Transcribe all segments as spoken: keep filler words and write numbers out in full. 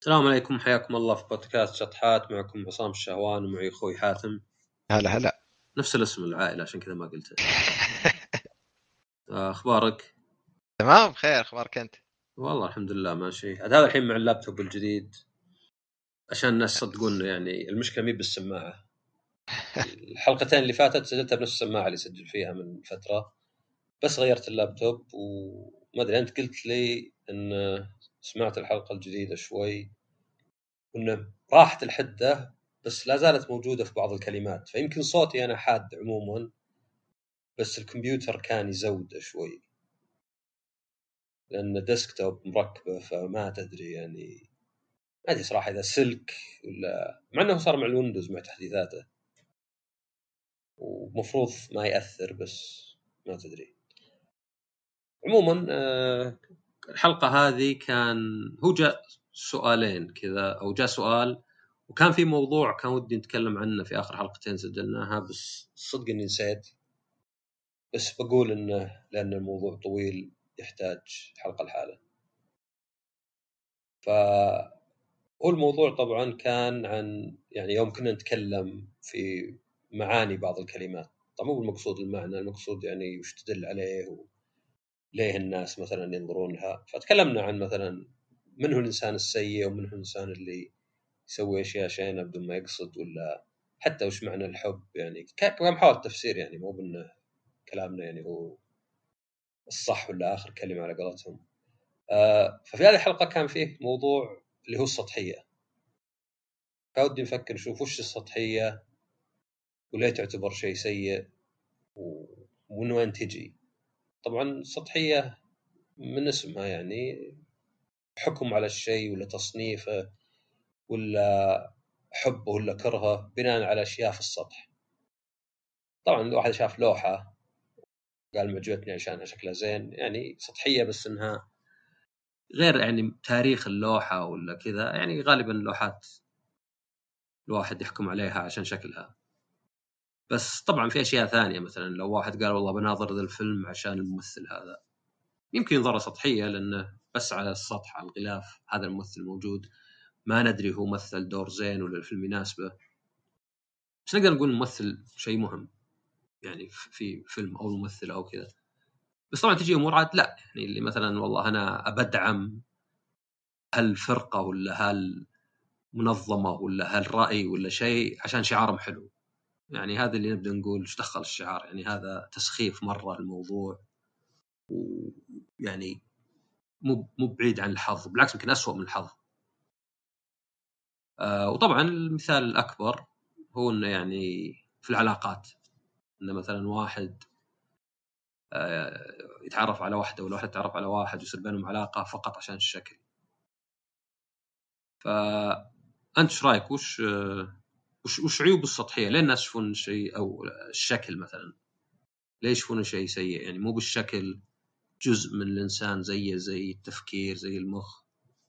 السلام عليكم، حياكم الله في بودكاست شطحات. معكم عصام الشهوان ومعي أخوي حاتم. هلا هلا. نفس الاسم العائلة عشان كذا ما قلته. أخبارك؟ تمام بخير، اخبارك انت؟ والله الحمد لله ماشي. هذا الحين مع اللابتوب الجديد عشان الناس صدقون يعني المشكلة مي بالسماعة. الحلقتين اللي فاتت سجلتها بنفس السماعة اللي سجل فيها من فترة، بس غيرت اللابتوب وما أدري. أنت قلت لي أن سمعت الحلقة الجديدة شوي وأنه راحت الحدة بس لا زالت موجودة في بعض الكلمات، فيمكن صوتي أنا حاد عموما، بس الكمبيوتر كان يزود شوي لأن ديسكتوب مركبه، فما تدري يعني ما أدري صراحة إذا سلك ولا، مع أنه صار مع الويندوز مع تحديثاته ومفروض ما يأثر، بس ما تدري. عموما الحلقة هذه كان هو جاء سؤالين كذا أو جاء سؤال وكان في موضوع كان ودي نتكلم عنه في آخر حلقتين سجلناها، بس صدق إني نسيت. بس بقول إنه لأن الموضوع طويل يحتاج حلقة الحالة. فهو الموضوع طبعا كان عن يعني يوم كنا نتكلم في معاني بعض الكلمات، طبعا مو بالمقصود المعنى، المقصود يعني وش تدل عليه وليه الناس مثلا ينظرون لها. فتكلمنا عن مثلا من هو الإنسان السيء ومن هو الإنسان اللي يسوي أشياء شينة بدون ما يقصد، ولا حتى وش معنى الحب. يعني كان محاولة تفسير، يعني مو بأنه كلامنا يعني هو الصح ولا آخر كلمة على قولتهم. آه ففي هذه الحلقة كان فيه موضوع اللي هو السطحية. فودي نفكر نشوف وش السطحية وليه تعتبر شيء سيء ومن وين تجي. طبعا السطحية من اسمها يعني حكم على الشيء ولا تصنيفه ولا حبه ولا كرهه بناء على أشياء في السطح. طبعا لو واحد شاف لوحة قال معجبتني عشانها شكلها زين، يعني سطحية، بس إنها غير يعني تاريخ اللوحة ولا كذا. يعني غالبا اللوحات الواحد يحكم عليها عشان شكلها، بس طبعا في أشياء ثانية. مثلا لو واحد قال والله بناظر ذا الفيلم عشان الممثل هذا، يمكن ينظر سطحية لأنه بس على السطح على الغلاف هذا الممثل موجود، ما ندري هو مثل دور زين ولا الفيلم يناسبه. بس نقدر نقول الممثل شيء مهم يعني في فيلم أو ممثل أو كذا. بس طبعا تجي أمور عاد لا، يعني اللي مثلا والله أنا أبدعم هالفرقة ولا هالمنظمة ولا هالرأي ولا شيء عشان شعارهم حلو. يعني هذا اللي نبدأ نقول ايش دخل الشعار، يعني هذا تسخيف مرة الموضوع، ويعني مو مو بعيد عن الحظ، بالعكس يمكن أسوأ من الحظ. آه وطبعا المثال الأكبر هو إنه يعني في العلاقات، إنه مثلا واحد آه يتعرف على واحدة ولا واحد يتعرف على واحد ويصير بينهم علاقة فقط عشان الشكل. فأنت ايش رأيك؟ وش آه وش وش عيوب السطحية؟ ليه الناس يشوفون شيء أو الشكل مثلا ليش يشوفونه شيء سيء؟ يعني مو بالشكل جزء من الإنسان زيه زي التفكير زي المخ.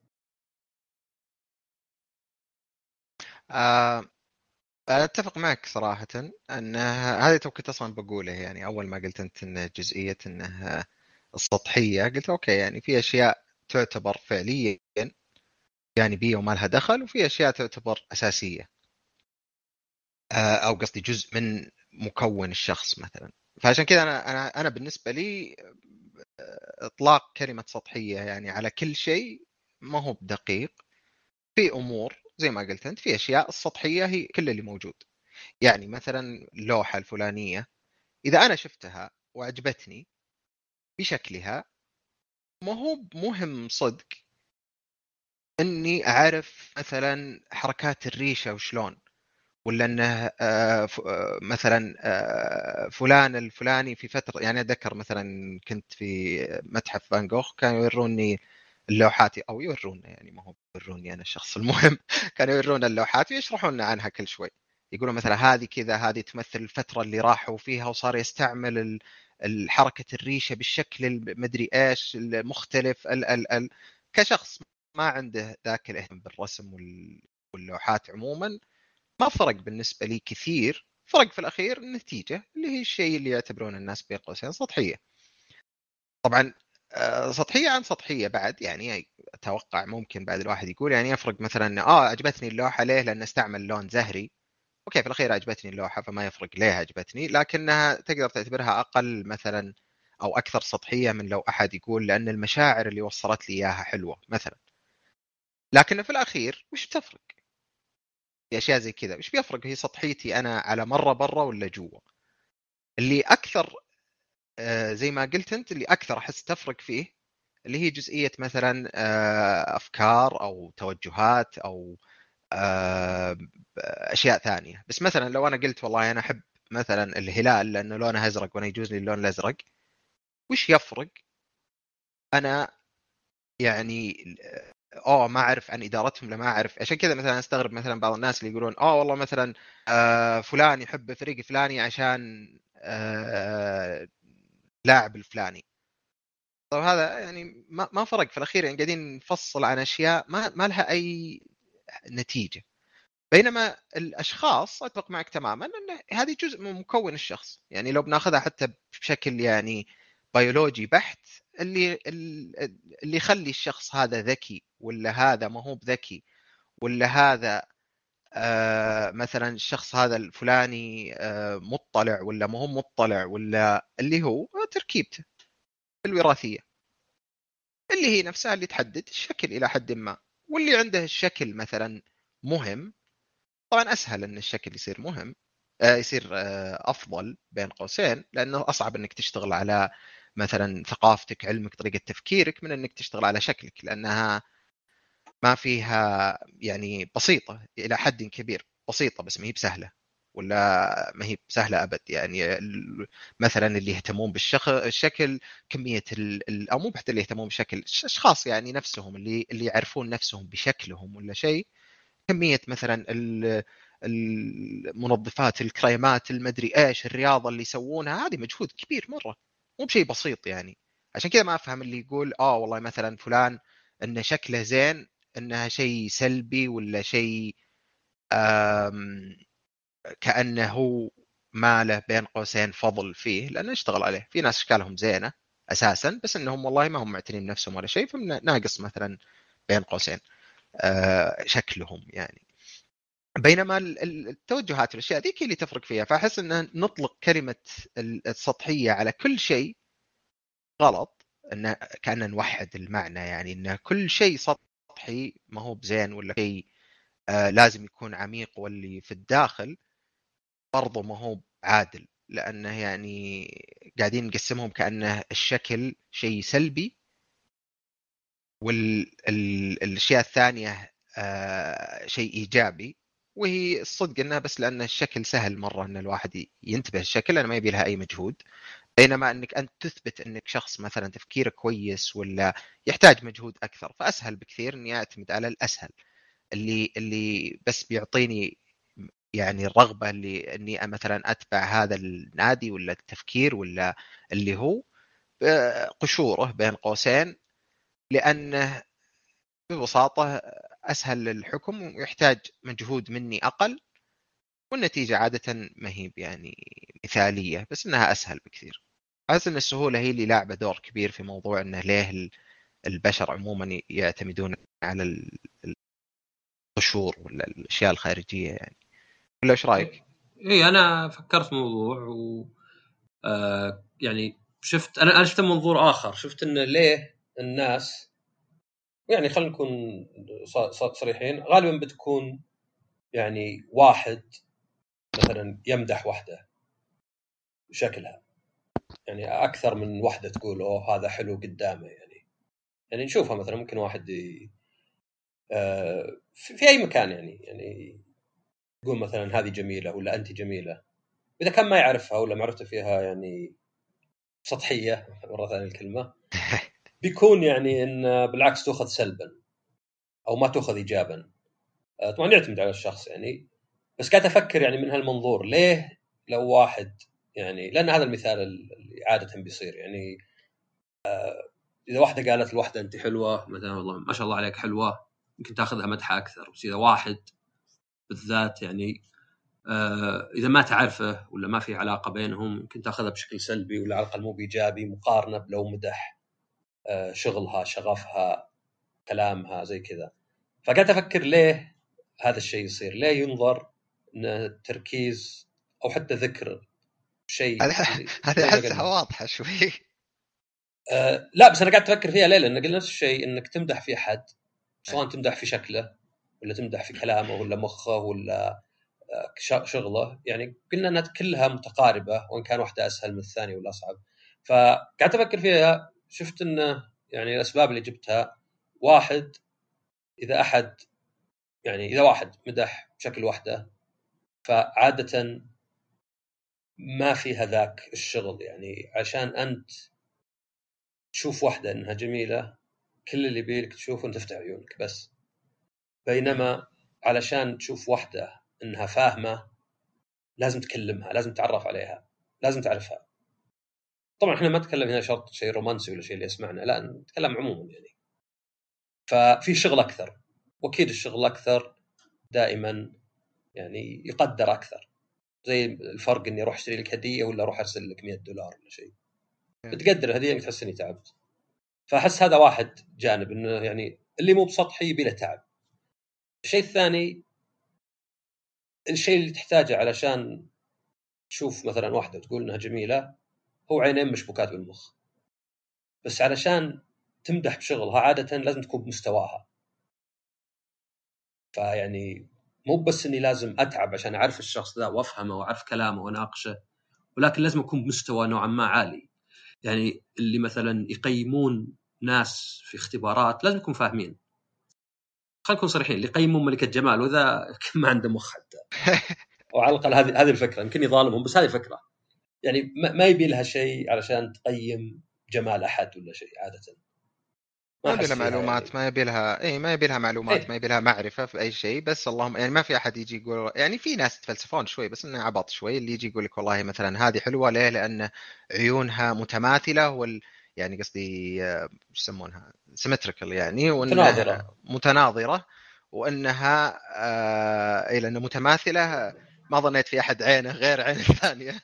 آه أنا أتفق معك صراحة أن هذه تو كنت أصلا بقوله. يعني أول ما قلت أنت أن جزئية أنها السطحية، قلت أوكي، يعني في أشياء تعتبر فعليا جانبية وما لها دخل، وفي أشياء تعتبر أساسية، آه أو قصدي جزء من مكون الشخص مثلا. فعشان كذا أنا أنا أنا بالنسبة لي إطلاق كلمة سطحية يعني على كل شيء ما هو بدقيق. في أمور زي ما قلت أنت، في أشياء السطحية هي كل اللي موجود. يعني مثلا اللوحة الفلانية إذا أنا شفتها وعجبتني بشكلها، ما هو مهم صدق أني أعرف مثلا حركات الريشة وشلون، ولا أنه مثلا فلان الفلاني في فترة. يعني أذكر مثلا كنت في متحف فان جوخ، كانوا يوروني اللوحات، أو يورونا، يعني ما هو يوروني أنا الشخص المهم كانوا يورونا اللوحات ويشرحون لنا عنها كل شوي. يقولون مثلا هذه كذا، هذه تمثل الفترة اللي راحوا فيها وصار يستعمل الحركة الريشة بالشكل المدري إيش المختلف. ال ال ال كشخص ما عنده ذاك الاهتمام بالرسم واللوحات عموما، ما فرق بالنسبة لي كثير. فرق في الأخير النتيجة اللي هي الشيء اللي يعتبرون الناس بين قوسين سطحية. طبعا سطحية عن سطحية بعد، يعني أتوقع ممكن بعد الواحد يقول يعني يفرق مثلا آه عجبتني اللوحة ليه لأن استعمل لون زهري، أوكي في الأخير عجبتني اللوحة فما يفرق ليه عجبتني، لكنها تقدر تعتبرها أقل مثلا أو أكثر سطحية من لو أحد يقول لأن المشاعر اللي وصلت لي إياها حلوة مثلا. لكن في الأخير وش بتفرق في أشياء زي كذا؟ وش بيفرق هي سطحيتي أنا على مرة برا ولا جوا؟ اللي أكثر آه زي ما قلت أنت اللي أكثر أحس تفرق فيه اللي هي جزئية مثلا آه أفكار أو توجهات أو آه أشياء ثانية. بس مثلا لو أنا قلت والله أنا أحب مثلا الهلال لأنه لونه أزرق وأنا يجوز لي اللون الأزرق، وش يفرق أنا يعني اه ما اعرف عن ادارتهم لما اعرف؟ عشان كذا مثلا استغرب مثلا بعض الناس اللي يقولون اه والله مثلا آه فلان يحب فريق فلاني عشان آه لاعب الفلاني. طب هذا يعني ما ما فرق في الاخير، يعني قاعدين نفصل عن اشياء ما ما لها اي نتيجه. بينما الاشخاص اتفق معك تماما ان هذه جزء من مكون الشخص، يعني لو بناخذها حتى بشكل يعني بيولوجي بحت، اللي اللي يخلي الشخص هذا ذكي ولا هذا ما هو بذكي ولا هذا آه مثلا الشخص هذا الفلاني آه مطلع ولا ما هو مطلع ولا اللي هو تركيبته الوراثيه اللي هي نفسها اللي تحدد الشكل الى حد ما. واللي عنده الشكل مثلا مهم، طبعا اسهل ان الشكل يصير مهم آه يصير آه افضل بين قوسين، لانه اصعب انك تشتغل على مثلا ثقافتك علمك طريقه تفكيرك من انك تشتغل على شكلك، لانها ما فيها يعني بسيطه الى حد كبير، بسيطه بس ما هي بسهله ولا ما هي بسهله ابد. يعني مثلا اللي يهتمون بالشكل كميه ال او مو حتى اللي يهتمون بالشكل، اشخاص يعني نفسهم اللي اللي يعرفون نفسهم بشكلهم ولا شيء، كميه مثلا المنظفات الكريمات المدري ايش الرياضه اللي يسوونها، هذه مجهود كبير مره مو بشيء بسيط يعني. عشان كذا ما افهم اللي يقول اه والله مثلا فلان انه شكله زين انها شيء سلبي ولا شيء كانه هو ما له بين قوسين فضل فيه، لانه اشتغل عليه. في ناس اشكالهم زينه اساسا بس انهم والله ما هم معتنين بنفسهم ولا شيء، فناقص مثلا بين قوسين آه شكلهم يعني. بينما التوجهات والاشياء ذيك اللي تفرق فيها. فاحس ان نطلق كلمه السطحيه على كل شيء غلط، ان كأننا نوحد المعنى، يعني ان كل شيء سطحي ما هو بزين ولا شيء آه لازم يكون عميق واللي في الداخل برضه ما هو عادل، لانه يعني قاعدين نقسمهم كأنه الشكل شيء سلبي والاشياء الثانيه آه شيء ايجابي. وهي الصدق انها بس لان الشكل سهل مره ان الواحد ينتبه الشكل لانه ما يبي لها اي مجهود. بينما انك انت تثبت انك شخص مثلا تفكيره كويس ولا يحتاج مجهود اكثر، فاسهل بكثير اني اعتمد على الاسهل اللي اللي بس بيعطيني يعني الرغبه اللي اني مثلا اتبع هذا النادي ولا التفكير ولا اللي هو قشوره بين قوسين، لانه ببساطة أسهل للحكم ويحتاج مجهود مني أقل، والنتيجة عادة ما هي يعني مثالية بس إنها أسهل بكثير. أحس إن السهولة هي اللي لاعبة دور كبير في موضوع إنه ليه البشر عموما يعتمدون على القشور ولا الأشياء الخارجية يعني. ولا إيش رأيك؟ إيه أنا فكرت موضوع و آه يعني شفت أنا أنا شفت منظور آخر، شفت إنه ليه الناس يعني خلينا نكون صريحين غالبا بتكون يعني واحد مثلا يمدح واحدة شكلها، يعني أكثر من واحدة تقول أوه هذا حلو قدامه. يعني يعني نشوفها مثلا ممكن واحد ي... آه في أي مكان يعني يعني يقول مثلا هذه جميلة ولا أنت جميلة، إذا كان ما يعرفها ولا معرفته فيها يعني سطحية مرة ثانية الكلمة، بيكون يعني إن بالعكس تأخذ سلبا أو ما تأخذ إيجابا. آه طبعا يعتمد على الشخص يعني. بس قاعد أفكر يعني من هالمنظور ليه لو واحد يعني، لأن هذا المثال اللي عادة بيصير يعني آه إذا واحدة قالت لواحدة أنت حلوة مثلا والله ما شاء الله عليك حلوة، يمكن تأخذها مدحة أكثر. بس إذا واحد بالذات يعني آه إذا ما تعرفه ولا ما في علاقة بينهم يمكن تأخذها بشكل سلبي ولا على الأقل مو بإيجابي مقارنة بلو مدح شغلها، شغفها، كلامها زي كذا. فقاعد افكر ليه هذا الشيء يصير، ليه ينظر ان التركيز او حتى ذكر شيء هذه احسها واضحه شوي. أه لا بس انا قاعد افكر فيها ليه، لان قلنا نفس الشيء، انك تمدح في احد سواء تمدح في شكله ولا تمدح في كلامه ولا مخه ولا شغله، يعني قلنا انها كلها متقاربه، وان كان واحده اسهل من الثانيه ولا اصعب. فقعدت افكر فيها، شفت انه يعني الاسباب اللي جبتها، واحد اذا احد يعني اذا واحد مدح بشكل واحده فعاده ما فيها ذاك الشغل، يعني عشان انت تشوف واحده انها جميله كل اللي بيلك تشوف انت تفتح عيونك بس، بينما علشان تشوف واحده انها فاهمه لازم تكلمها، لازم تتعرف عليها، لازم تعرفها. طبعا احنا ما نتكلم هنا شرط شيء رومانسي ولا شيء اللي يسمعنا، لا نتكلم عموما يعني. ففي شغل اكثر، واكيد الشغل اكثر دائما يعني يقدر اكثر، زي الفرق اني اروح اشتري لك هديه ولا اروح ارسل لك مئة دولار ولا شيء، بتقدر الهديه انك تحس اني تعبت. فاحس هذا واحد جانب، انه يعني اللي مو بسطحي بلا تعب. الشيء الثاني، الشيء اللي تحتاجه علشان تشوف مثلا واحده وتقول انها جميله هو عينين مشبوكات بالمخ، بس علشان تمدح بشغلها عاده لازم تكون بمستواها. فيعني مو بس اني لازم اتعب عشان اعرف الشخص ذا وافهمه واعرف كلامه واناقشه، ولكن لازم اكون بمستوى نوعا ما عالي. يعني اللي مثلا يقيمون ناس في اختبارات لازم يكونوا فاهمين. خلينا نكون صريحين، اللي يقيمون ملكة جمال وذا ما عنده مخ حتى، وعلى الاقل هذه هذه الفكره، يمكن يظالمهم بس هذه فكره. يعني ما يبي لها شيء علشان تقيم جمال احد ولا شيء عاده. ما يبي لها معلومات يعني. ما يبي لها اي ما يبي لها معلومات إيه؟ ما يبي لها معرفه في اي شيء، بس اللهم يعني ما في احد يجي يقول، يعني في ناس يتفلسفون شوي بس انه عبط شوي، اللي يجي يقول لك والله مثلا هذه حلوه ليه، لان عيونها متماثله وال يعني قصدي ايش يسمونها سيمتريكال، يعني وانها متناظره متناظره وانها آه اي لانه متماثله ما ظنيت في احد عينه غير عين الثانيه.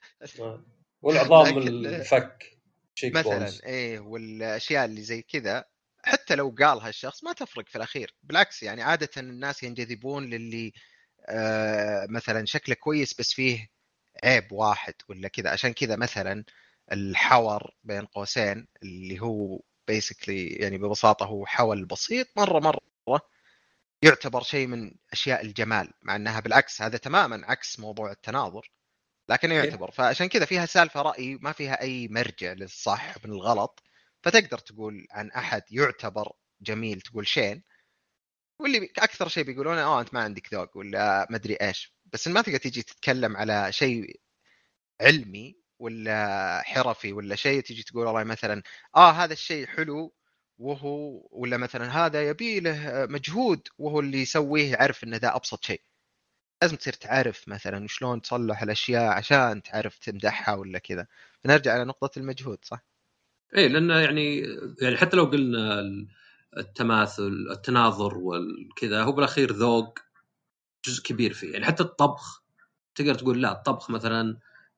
والعظام الفك تشيك مثلا بونز. ايه والاشياء اللي زي كذا، حتى لو قالها الشخص ما تفرق في الاخير، بالعكس يعني عاده الناس ينجذبون للي آه مثلا شكله كويس بس فيه عيب واحد ولا كذا. عشان كذا مثلا الحور بين قوسين اللي هو بيسكلي يعني ببساطه هو حول بسيط مره مره يعتبر شيء من اشياء الجمال، مع انها بالعكس هذا تماما عكس موضوع التناظر، لكنه يعتبر. فعشان كذا فيها سالفة رأي ما فيها أي مرجع للصح من الغلط. فتقدر تقول عن أحد يعتبر جميل تقول شين، واللي أكثر شيء بيقولونه آه أنت ما عندك ذوق ولا ما أدري إيش. بس ما تقدر تيجي تتكلم على شيء علمي ولا حرفي ولا شيء تيجي تقول والله مثلا آه هذا الشيء حلو وهو، ولا مثلا هذا يبي له مجهود وهو اللي يسويه يعرف إن ذا أبسط شيء. لازم تصير تعرف مثلا شلون تصلح الاشياء عشان تعرف تمدحها ولا كذا. فنرجع على نقطة المجهود، صح؟ ايه لانه يعني يعني حتى لو قلنا التماثل التناظر والكذا، هو بالاخير ذوق جزء كبير فيه. يعني حتى الطبخ تقدر تقول لا الطبخ مثلا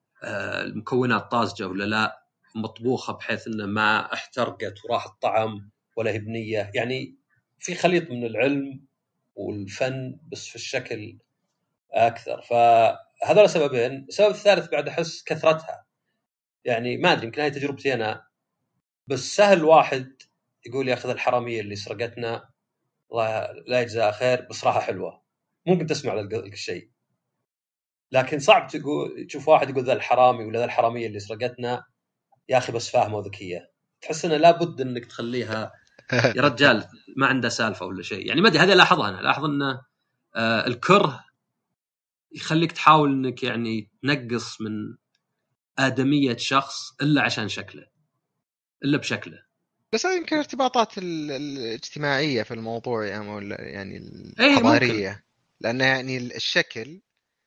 المكونات طازجه ولا لا، مطبوخه بحيث انه ما احترقت وراح الطعم ولا هي بنيه، يعني في خليط من العلم والفن بس في الشكل اكثر. فهذول سببين. السبب الثالث بعد احس كثرتها، يعني ما ادري يمكن هاي تجربتي انا، بس سهل واحد يقول ياخذ الحراميه اللي سرقتنا الله لا يجزاها خير بصراحه حلوه، ممكن تسمع الشيء، لكن صعب تقول تشوف واحد يقول ذا الحرامي ولا ذا الحراميه اللي سرقتنا يا اخي بس فاهمه وذكيه. تحس انه لابد انك تخليها يا رجال ما عنده سالفه ولا شيء. يعني ما ادري هذا لاحظها انا، لاحظ انه آه الكره يخليك تحاول انك يعني تنقص من ادميه شخص الا عشان شكله، الا بشكله. بس هذه يمكن ارتباطات الاجتماعية في الموضوع يعني اي ممكن. الحضارية، لأن يعني الشكل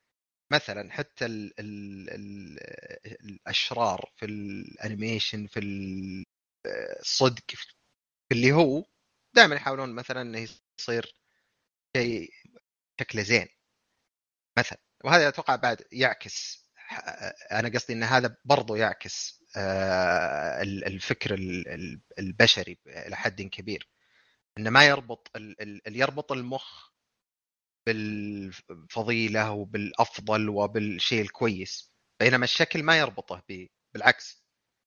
مثلا حتى ال ال ال الأشرار في الأنيميشن في الصدق في اللي هو دائما يحاولون مثلا انه يصير شيء شكله زين مثلا، وهذا اتوقع بعد يعكس، انا قصدي ان هذا برضو يعكس الفكر البشري إلى حد كبير، إنه ما يربط اللي يربط المخ بالفضيلة وبالأفضل وبالشيء الكويس، بينما الشكل ما يربطه به، بالعكس.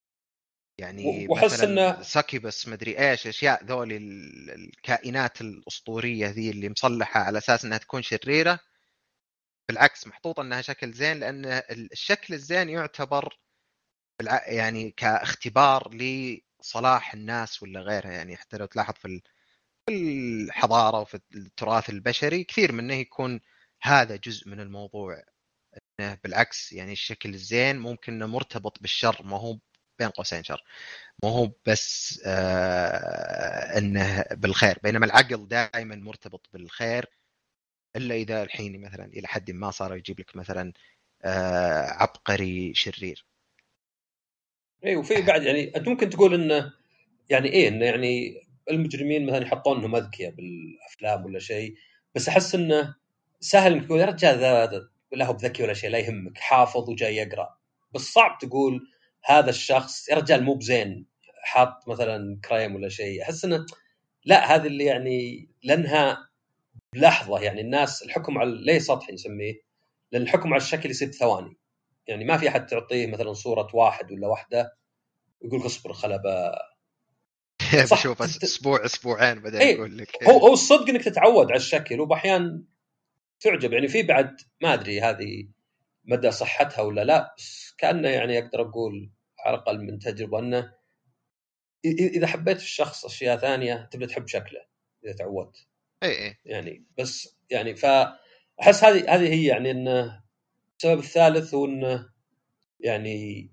يعني وحس مثلا انه ساكيبس مدري ايش اشياء ذولي الكائنات الاسطوريه ذي اللي مصلحه على اساس انها تكون شريره، بالعكس محطوطه انها شكل زين، لان الشكل الزين يعتبر يعني كاختبار لصلاح الناس ولا غيرها. يعني حتى لو تلاحظ في الحضاره وفي التراث البشري كثير منه يكون هذا جزء من الموضوع. بالعكس يعني الشكل الزين ممكن مرتبط بالشر، ما هو بين قوسين شر، ما هو بس آه انه بالخير، بينما العقل دائما مرتبط بالخير، الا اذا الحين مثلا الى حد ما صار يجيب لك مثلا آه عبقري شرير. اي. وفي بعد يعني انت ممكن تقول انه يعني ايه انه يعني المجرمين مثلا يحطون انهم اذكياء بالافلام ولا شيء، بس احس انه سهل انك تقول يا رجال ذا لا هو بذكي ولا شيء، لا يهمك حافظ وجاي يقرا. بس صعب تقول هذا الشخص يا رجال مو بزين حاط مثلا كريم ولا شيء. احس انه لا، هذه اللي يعني لانها بلحظه، يعني الناس الحكم على ليه سطحي نسميه، لان الحكم على الشكل يصير ثواني. يعني ما في احد تعطيه مثلا صوره واحد ولا واحده ويقول اصبر خلبه صح. بشوف اسبوع اسبوعين بعدين اي يقول لك هو هو الصدق انك تتعود على الشكل، وباحيان تعجب. يعني في بعد ما ادري هذه مدى صحتها ولا لا، بس كانه يعني اقدر اقول على الاقل من تجربه انه اذا حبيت الشخص اشياء ثانيه تبدا تحب شكله اذا تعودت. اي اي يعني بس يعني فاحس هذه هذه هي يعني انه السبب الثالث هو انه يعني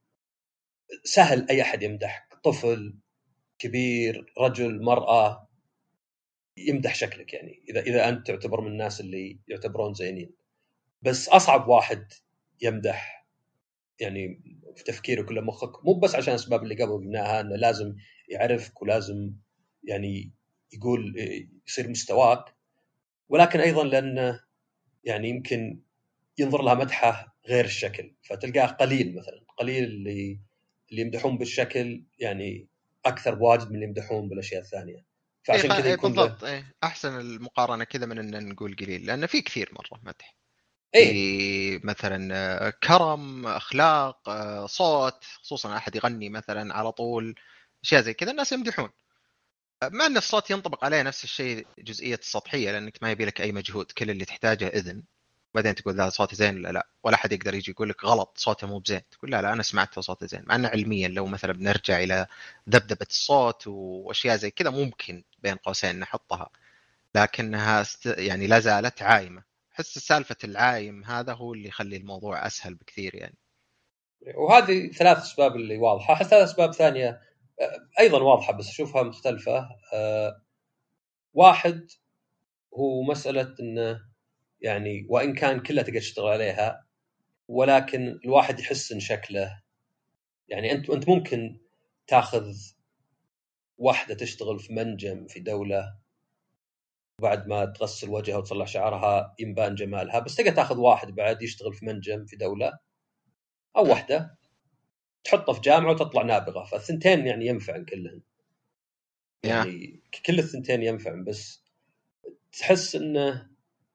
سهل اي احد يمدحك، طفل كبير رجل مراه يمدح شكلك. يعني اذا اذا انت تعتبر من الناس اللي يعتبرون زينين. بس اصعب واحد يمدح يعني في تفكيره كله مخك، مو بس عشان الاسباب اللي قبل قلناها انه لازم يعرفك ولازم يعني يقول يصير مستواك، ولكن ايضا لانه يعني يمكن ينظر لها مدحه غير الشكل، فتلقاه قليل. مثلا قليل اللي اللي يمدحون بالشكل يعني اكثر بواجد من اللي يمدحون بالاشياء الثانيه. اي فعشان خ... كذا اي يكون له بالضبط. اي احسن المقارنه كذا من ان نقول قليل، لان في كثير مره مدح، ايه. في مثلا كرم، اخلاق، صوت، خصوصا احد يغني مثلا على طول، اشياء زي كذا الناس يمدحون، مع ان الصوت ينطبق عليه نفس الشيء جزئيه السطحيه، لانك ما يبي لك اي مجهود، كل اللي تحتاجه اذن، بعدين تقول ذا صوتي زين ولا لا. ولا حد يقدر يجي يقول لك غلط صوته مو بزين، تقول لا لا انا سمعته صوته زين. مع انه علميا لو مثلا بنرجع الى ذبذبه الصوت واشياء زي كذا ممكن بين قوسين نحطها، لكنها است... يعني لا زالت عايمه. حس سالفه العايم هذا هو اللي يخلي الموضوع اسهل بكثير يعني. وهذه ثلاث اسباب اللي واضحه. احس ثلاث اسباب ثانيه ايضا واضحه بس اشوفها مختلفه. أه واحد هو مساله انه يعني وان كان كلها تقدر تشتغل عليها، ولكن الواحد يحس ان شكله يعني انت انت ممكن تاخذ واحده تشتغل في منجم في دوله، وبعد ما تغسل وجهها وتصلح شعرها ينبان جمالها، بس تقدر تاخذ واحد بعد يشتغل في منجم في دوله، او م. واحده تحطه في جامعه وتطلع نابغه. فالثنتين يعني ينفعن كلهن، يا يعني كل الثنتين ينفعن. بس تحس انه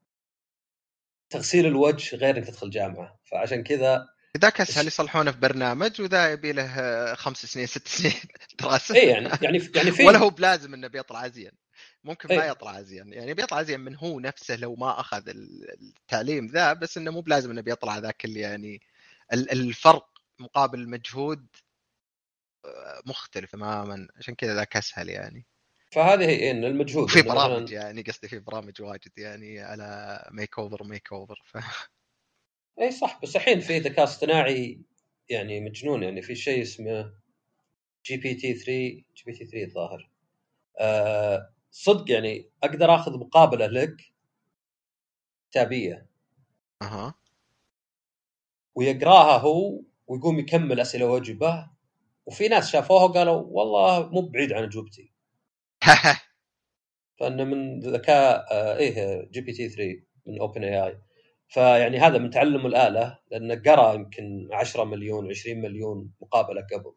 تغسيل الوجه غير انك تدخل جامعه، فعشان كذا ذاك اسهل الش... يصلحونه في برنامج، وذا يبي له خمس سنين ست سنين دراسه. ايه يعني يعني يعني ولا في هو بلازم انه بيطلع ازين، ممكن ما ايه يطلع ازين، يعني بيطلع ازين من هو نفسه لو ما اخذ التعليم ذا، بس انه مو بلازم انه بيطلع ذاك اللي يعني الفرق مقابل المجهود مختلف تماما، عشان كذا ذاك اسهل يعني. فهذه هي إيه ان المجهود وفي يعني برامج، مثلا. يعني قصدي في برامج واجد يعني على ميك اوفر ميك اوفر ف... اي صح، بس الحين في ذكاء اصطناعي يعني مجنون. يعني في شيء اسمه جي بي تي ثري جي بي تي ثري الظاهر. آه صدق يعني اقدر اخذ مقابله لك كتابيه اها ويقراها هو ويقوم يكمل اسئله واجوبه، وفي ناس شافوها وقالوا والله مو بعيد عن اجوبتي. فانه من ذكاء آه ايه جي بي تي ثري من اوبن اي اي. فيعني هذا من تعلم الآلة، لأنه قرأ يمكن عشرة مليون عشرين مليون مقابلة قبل،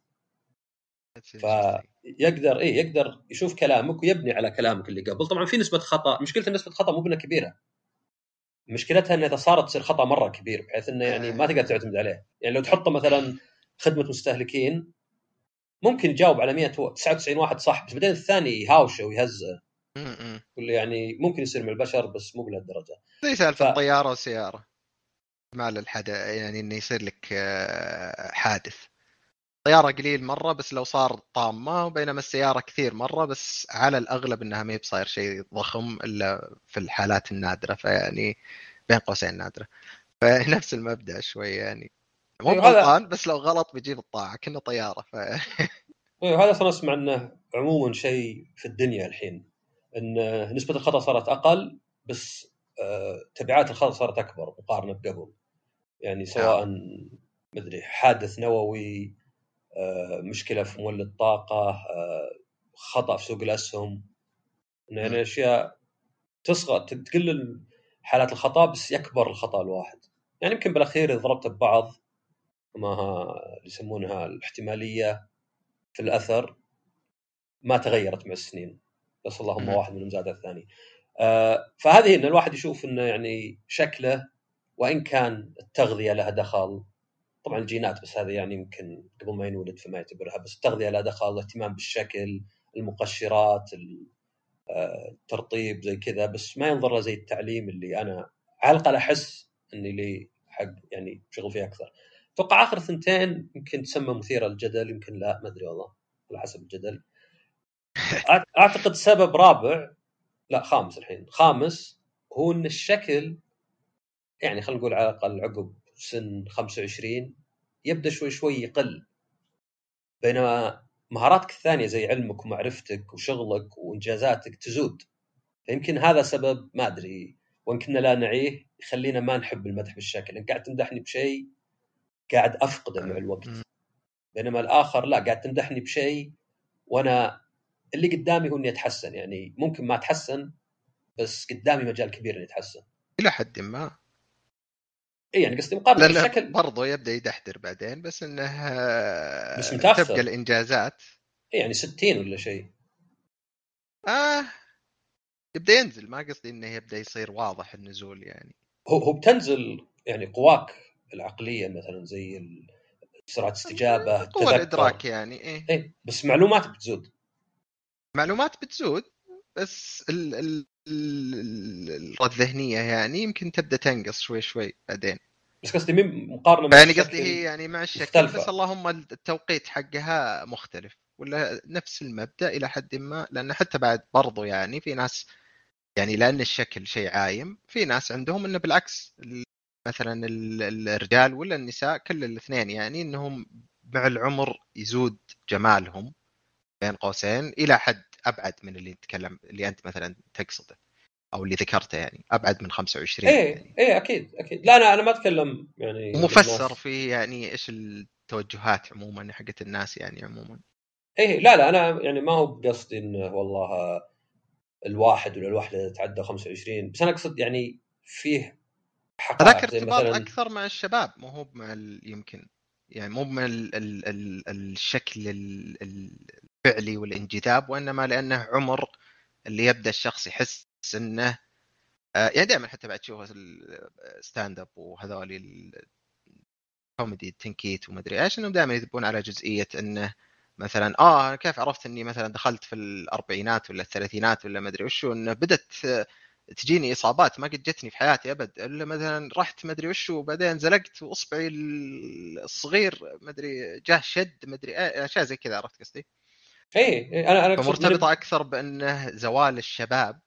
فيقدر إيه يقدر يشوف كلامك ويبني على كلامك اللي قبل. طبعا في نسبة خطأ، مشكلة نسبة خطأ مو بنا كبيرة، مشكلتها أنها إذا صارت تصير خطأ مرة كبير بحيث أنه يعني ما تقدر تعتمد عليه. يعني لو تحطه مثلا خدمة مستهلكين ممكن يجاوب على مية وتسعة وتسعين واحد صح، بس بعدين الثاني يهاوشه ويهزه، كل يعني ممكن يصير من البشر بس مو بهالدرجة. زي سالفة ف... طيارة وسيارة مع الحدث، يعني إنه يصير لك حادث. طيارة قليل مرة بس لو صار طامة، وبينما السيارة كثير مرة بس على الأغلب إنها ما بصير شيء ضخم إلا في الحالات النادرة، فيعني بين قوسين نادرة. فنفس المبدأ شوي يعني، مو غلطان بس لو غلط بيجيب الطاعة كأنه طيارة. ف... وهذا أصلا أسمع أنه عموما شيء في الدنيا الحين، أن نسبة الخطأ صارت أقل بس تبعات الخطأ صارت أكبر مقارنة بقبل. يعني سواء مدري حادث نووي، مشكلة في مولد طاقة، خطأ في سوق الأسهم، يعني أشياء تصغر تقل حالات الخطأ بس يكبر الخطأ الواحد. يعني يمكن بالأخير إذا ضربت ببعض ما يسمونها الاحتمالية في الأثر ما تغيرت مع السنين، بس اللهم واحد منهم زاد الثاني. آه فهذه إن الواحد يشوف إنه يعني شكله، وإن كان التغذية لها دخل، طبعا الجينات بس هذه يعني يمكن قبل ما ينولد فما يعتبرها، بس التغذية لها دخل، الاهتمام بالشكل، المقشرات، الترطيب زي كذا، بس ما ينظر له زي التعليم اللي أنا على الأقل أحس إني لي حق يعني شغل فيه أكثر. توقع آخر ثنتين يمكن تسمى مثيرة للجدل، يمكن لا، ما أدري والله على حسب الجدل. أعتقد سبب رابع، لا خامس الحين، خامس هو إن الشكل يعني خلينا نقول على الأقل عقب سن خمسة وعشرين يبدأ شوي شوي يقل، بينما مهاراتك الثانية زي علمك ومعرفتك وشغلك وإنجازاتك تزود. يمكن هذا سبب ما أدري، وإن كنا لا نعيه يخلينا ما نحب المدح بالشكل. إن قاعد تمدحني بشيء قاعد أفقده مع الوقت، بينما الآخر لا، قاعد تمدحني بشيء وأنا اللي قدامي هو إني أتحسن. يعني ممكن ما أتحسن بس قدامي مجال كبير إني أتحسن إلى حد ما. إيه يعني قصدي مقارنة بالشكل برضو يبدأ يدحدر بعدين، بس إنه بس متأخر تبقى الإنجازات إيه يعني ستين ولا شيء. آه يبدأ ينزل، ما قصدي إنه يبدأ يصير واضح النزول. يعني هو هو بتنزل يعني قواك العقلية مثلا زي سرعة استجابة، قوة الإدراك يعني إيه. إيه بس معلومات بتزود، معلومات بتزود بس ال ال القدرة الذهنية يعني يمكن تبدأ تنقص شوي شوي بعدين. بس قصدي مين مقارنة مع يعني الشكل قصدي هي يعني مع الشكل مختلفة. بس اللهم التوقيت حقها مختلف، ولا نفس المبدأ إلى حد ما. لأن حتى بعد برضو يعني في ناس يعني لأن الشكل شيء عايم، في ناس عندهم إنه بالعكس، مثلا الرجال ولا النساء كل الاثنين يعني إنهم مع العمر يزود جمالهم بين قوسين إلى حد أبعد من اللي نتكلم اللي أنت مثلا تقصده أو اللي ذكرته، يعني أبعد من خمسة وعشرين. إيه يعني إيه أكيد أكيد. لا أنا أنا ما أتكلم يعني ومفسر في يعني إيش التوجهات عموما حقت الناس يعني عموما. إيه لا لا أنا يعني ما هو بقصدي إنه والله الواحد ولا الواحدة تعدى خمسة وعشرين، بس أنا أقصد يعني فيه هذاك حقائق زي ارتباط مثلا أكثر مع الشباب، مو هو مع يمكن يعني مو من ال ال ال الشكل الفعلي والانجذاب، وإنما لأنه عمر اللي يبدأ الشخص يحس إنه يعني دائما حتى بعد تشوف الستاند اب وهذول الكوميدي التنكيت وما ادري ايش، انهم دائما يذبون على جزئيه انه مثلا اه كيف عرفت اني مثلا دخلت في الاربعينات ولا الثلاثينات ولا ما ادري وشو، انه بدت تجيني اصابات ما قد جتني في حياتي ابد، الا مثلا رحت ما ادري وشو وبعدين زلقت واصبعي الصغير ما ادري جاه شد ما ادري اشياء زي كذا. عرفت قصدي؟ إيه, إيه أنا أنا أقصد فمرتبطه اكثر بانه زوال الشباب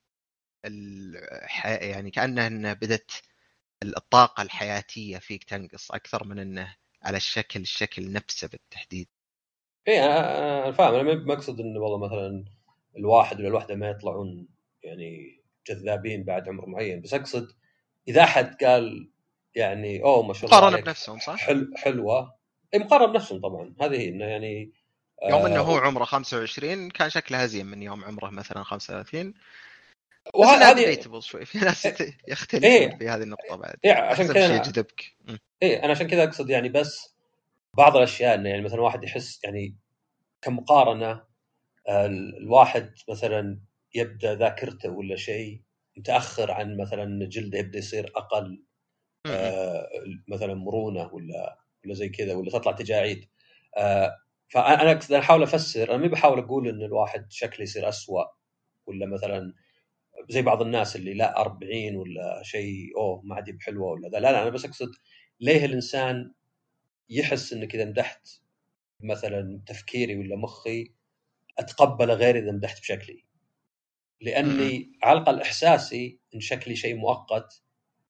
يعني كأنه إنه بدت الطاقة الحياتية فيك تنقص أكثر من إنه على الشكل الشكل نفسه بالتحديد. إيه أنا أنا فاهم. أنا ما أقصد إنه والله مثلا الواحد ولا الواحدة ما يطلعون يعني جذابين بعد عمر معين، بس أقصد إذا أحد قال يعني أوه ما شاء الله مقارنة عليك بنفسهم صح؟ حل حلوة، أي مقارنة بنفسهم طبعا. هذه إنه يعني يوم إنه هو عمره خمسة وعشرين كان شكله هزين من يوم عمره مثلا خمسة وثلاثين، بس انها وهذه ديبيتبل شوي، في ناس يختلفون إيه في هذه النقطه بعد. إيه عشان احسن كذا شيء أنا يجذبك. إيه أنا عشان كذا أقصد يعني بس بعض الأشياء إنه يعني مثلا واحد يحس يعني كمقارنة الواحد مثلا يبدأ ذاكرته ولا شيء متأخر عن مثلا جلده يبدأ يصير أقل آه مثلا مرونة ولا ولا زي كذا ولا تطلع تجاعيد. آه فأنا أقصد أنا أحاول أفسر، أنا مي بحاول أقول إن الواحد شكله يصير أسوأ ولا مثلا زي بعض الناس اللي لا أربعين ولا شيء أوه ما عاد بحلوة ولا لا لا أنا بس أقصد ليه الإنسان يحس إن كذا مدحت مثلا تفكيري ولا مخي أتقبل غير إذا مدحت بشكلي، لأني على الأقل إحساسي إن شكلي شيء مؤقت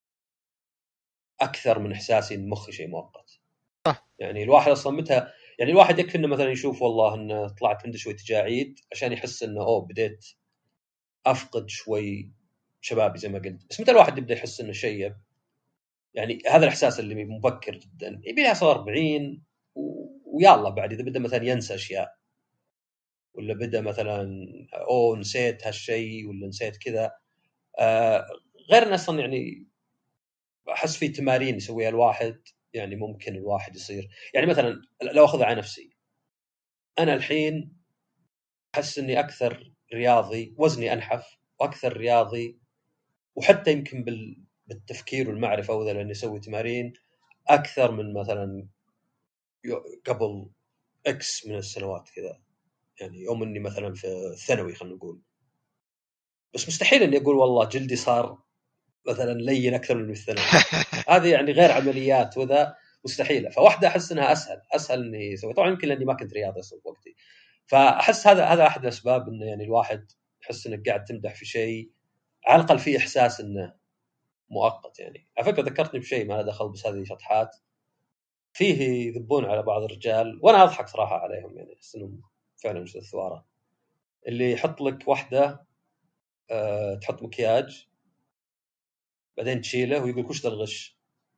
أكثر من إحساسي إن مخي شيء مؤقت. صح. يعني الواحد أصلا متى يعني الواحد يكفي إنه مثلا يشوف والله إنه طلعت عنده شوي تجاعيد عشان يحس إنه أوه بديت أفقد شوي شبابي زي ما قلت، بس متى الواحد يبدأ يحس إنه شيب، يعني هذا الإحساس اللي مبكر جدا يبي له صار أربعين و... ويلا بعد إذا بدأ مثلا ينسى أشياء ولا بدأ مثلا أوه نسيت هالشيء ولا نسيت كذا. آه غير أن أصلا يعني أحس في تمارين يسويها الواحد يعني ممكن الواحد يصير يعني مثلا لو أخذ على نفسي أنا الحين أحس إني أكثر رياضي، وزني أنحف وأكثر رياضي، وحتى يمكن بال... بالتفكير والمعرفة وذا لأني أسوي تمارين أكثر من مثلا قبل إكس من السنوات كذا، يعني يوم إني مثلا في الثانوي خلينا نقول. بس مستحيل إني أقول والله جلدي صار مثلا لين أكثر من الثانوي هذه يعني غير عمليات وذا مستحيلة. فواحدة أحس أنها أسهل أسهل إني أسوي، طبعا يمكن لأني ما كنت رياضي أصلا وقتي، فأحس هذا هذا أحد الأسباب إنه يعني الواحد يحس إنك قاعد تمدح في شيء على الأقل فيه إحساس إنه مؤقت. يعني على فكرة ذكرتني بشيء ما له دخل بس هذه شطحات فيه يذبون على بعض الرجال وأنا أضحك صراحة عليهم، يعني أحس إنهم فعلا مش الثوارة اللي يحط لك واحدة أه تحط مكياج بعدين تشيله ويقول وش ذا الغش،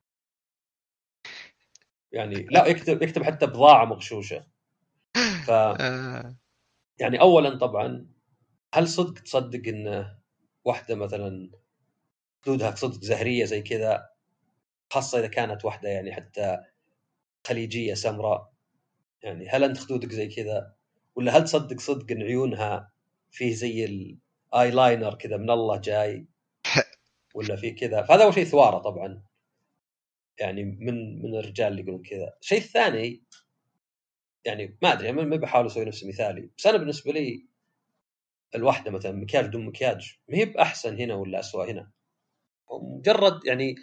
يعني لا يكتب يكتب حتى بضاعة مغشوشة. ف يعني أولا طبعا هل صدق تصدق إن واحدة مثلا خدودها صدق زهرية زي كذا، خاصة إذا كانت واحدة يعني حتى خليجية سمراء، يعني هل أنت خدودك زي كذا؟ ولا هل تصدق صدق إن عيونها فيه زي الآيلاينر كذا من الله جاي ولا فيه كذا؟ فهذا أول شيء ثوارة طبعا، يعني من من الرجال اللي يقولون كذا. الشيء الثاني يعني ما أدري ما بحاول أسوي نفسي مثالي، بس أنا بالنسبة لي الواحدة مثلا مكياج دون مكياج ما هي بأحسن هنا ولا أسوأ هنا، مجرد يعني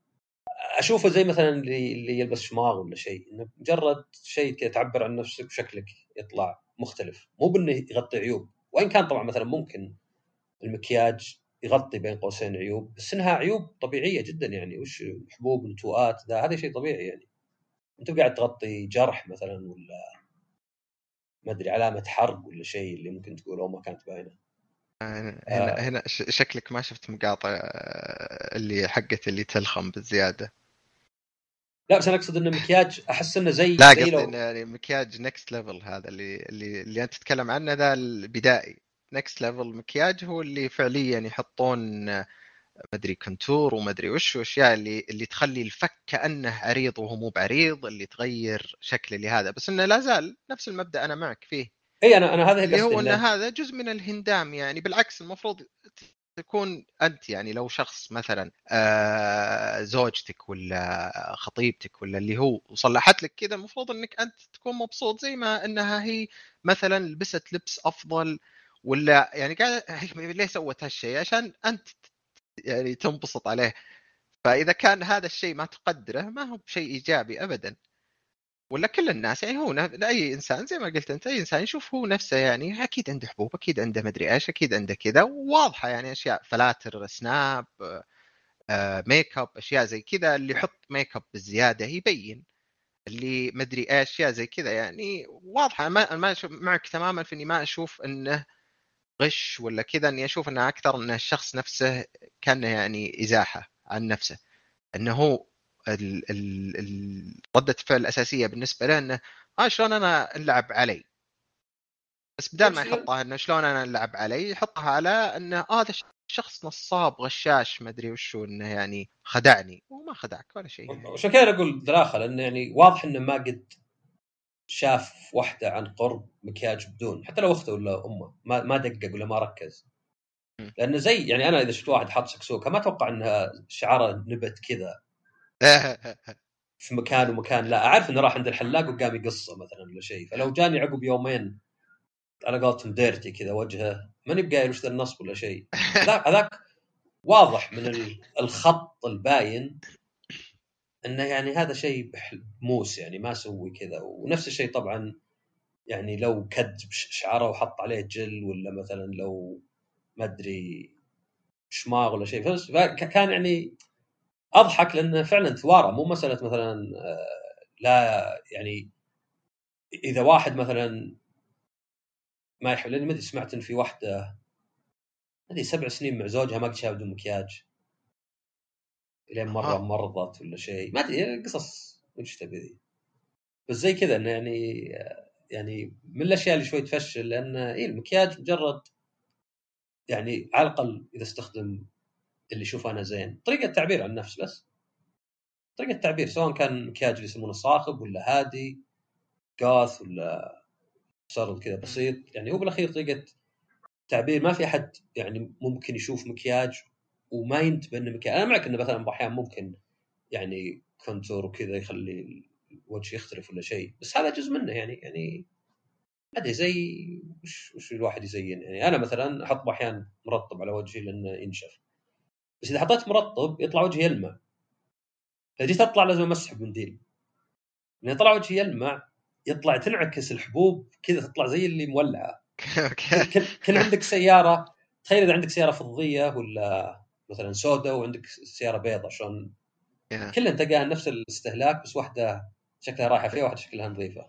أشوفه زي مثلا اللي اللي يلبس شماغ ولا شيء، إنه مجرد شيء كذا تعبر عن نفسك وشكلك يطلع مختلف، مو بأنه يغطي عيوب، وإن كان طبعا مثلا ممكن المكياج يغطي بين قوسين عيوب بس إنها عيوب طبيعية جدا، يعني وش حبوب نتوءات ذا هذا شيء طبيعي، يعني أنت قاعد تغطي جرح مثلا ولا ما أدري علامة حرق ولا شيء اللي ممكن تقول أو ما كانت باينة. هنا آه هنا شكلك ما شفت مقاطع اللي حقت اللي تلخم بالزيادة. لا بس أنا أقصد إن المكياج أحس إنه زي لا زي قصدي لو إن يعني مكياج نكست ليفل، هذا اللي اللي اللي أنت تتكلم عنه ذا البدائي. نكست ليفل مكياج هو اللي فعليا يحطون مدري كونتور ومدري وش واشياء اللي اللي تخلي الفك كانه عريض وهو مو بعريض، اللي تغير شكل لهذا، بس انه لا زال نفس المبدا انا معك فيه. اي انا انا هذا اللي قصدي هو ان انه هذا جزء من الهندام، يعني بالعكس المفروض تكون انت يعني لو شخص مثلا آه زوجتك ولا خطيبتك ولا اللي هو وصلحت لك كذا، المفروض انك انت تكون مبسوط زي ما انها هي مثلا لبست لبس افضل ولا يعني قاعد ليه سوت هالشيء عشان انت يعني تنبسط عليه. فإذا كان هذا الشيء ما تقدره ما هو بشيء إيجابي أبدا. ولا كل الناس يعني هو نف... أي إنسان زي ما قلت أنت أي إنسان يشوف هو نفسه يعني أكيد عنده حبوب، أكيد عنده مدري إيش، أكيد عنده كذا واضحة يعني أشياء فلاتر سناب آه، ميك اب أشياء زي كذا. اللي يحط ميك اب بالزيادة يبين، اللي مدري إيش أشياء زي كذا يعني واضحة. ما ما أشوف معك تماما في إني ما أشوف إنه غش ولا كذا، إني أشوف إنه أكثر إن الشخص نفسه كان يعني إزاحة عن نفسه، انه هو ال ال ال ردة الفعل الاساسيه بالنسبه له انه اه شلون انا نلعب علي، بس بدال ما يحطها انه شلون انا نلعب علي يحطها على انه اه هذا شخص نصاب غشاش ما ادري وشو، انه يعني خدعني وما خدعك ولا شيء يعني. وعشان كذا اقول دراخه، لانه يعني واضح انه ما قد شاف واحده عن قرب مكياج بدون، حتى لو اخته ولا امه ما ما دقق ولا ما ركز. م. لانه زي يعني انا اذا شفت واحد حاط سكسوكه ما اتوقع انها شعره نبت كذا في مكان ومكان، لا اعرف انه راح عند الحلاق وقام يقصه مثلا ولا شيء. فلو جاني عقب يومين على قولتهم ديرتي كذا وجهه، ماني بقايل وش ذا النصب ولا شيء. هذاك هذاك واضح من ال- الخط الباين انه يعني هذا شيء موس، يعني ما سوي كذا. ونفس الشيء طبعا يعني لو كد شعره وحط عليه جل، ولا مثلا لو ما ادري شماغ ولا شيء، بس كان يعني اضحك لانه فعلا ثواره، مو مساله مثلا لا يعني اذا واحد مثلا ما يحب. لاني ما ادري سمعت ان في واحده ما ادري سبع سنين مع زوجها ما قد شاف بدون مكياج، لين مره ها مرضت ولا شيء، ما ادري قصص وش تبي ذي. بس زي كذا انه يعني يعني من الاشياء اللي شوي تفشل، لان إيه المكياج مجرد يعني على الاقل اذا استخدم اللي يشوف انا زين طريقه تعبير عن النفس، بس طريقه تعبير، سواء كان مكياج اللي يسمونه صاخب ولا هادي قاث ولا سرد كذا بسيط، يعني هو بالاخير طريقه تعبير. ما في احد يعني ممكن يشوف مكياج وما ينتبه انه مكياج. انا معك انه مثلا احيانا ممكن يعني كونتور وكذا يخلي الوجه يختلف ولا شيء، بس هذا جزء منه يعني يعني ما ادري زي وش وش الواحد يزين. يعني انا مثلا احط احيانا مرطب على وجهي لانه ينشف، بس اذا حطيت مرطب يطلع وجهي يلمع، فجيت اطلع لازم امسح بمنديل، لان طلع وجهي يلمع يطلع تنعكس الحبوب كذا تطلع زي اللي مولعه. اوكي. كل كل كل عندك سياره، تخيل اذا عندك سياره فضيه ولا مثلا سوداء وعندك سياره بيضاء شلون كلها تلقاها نفس الاستهلاك، بس واحده شكلها رايحه فيها واحده شكلها نظيفه.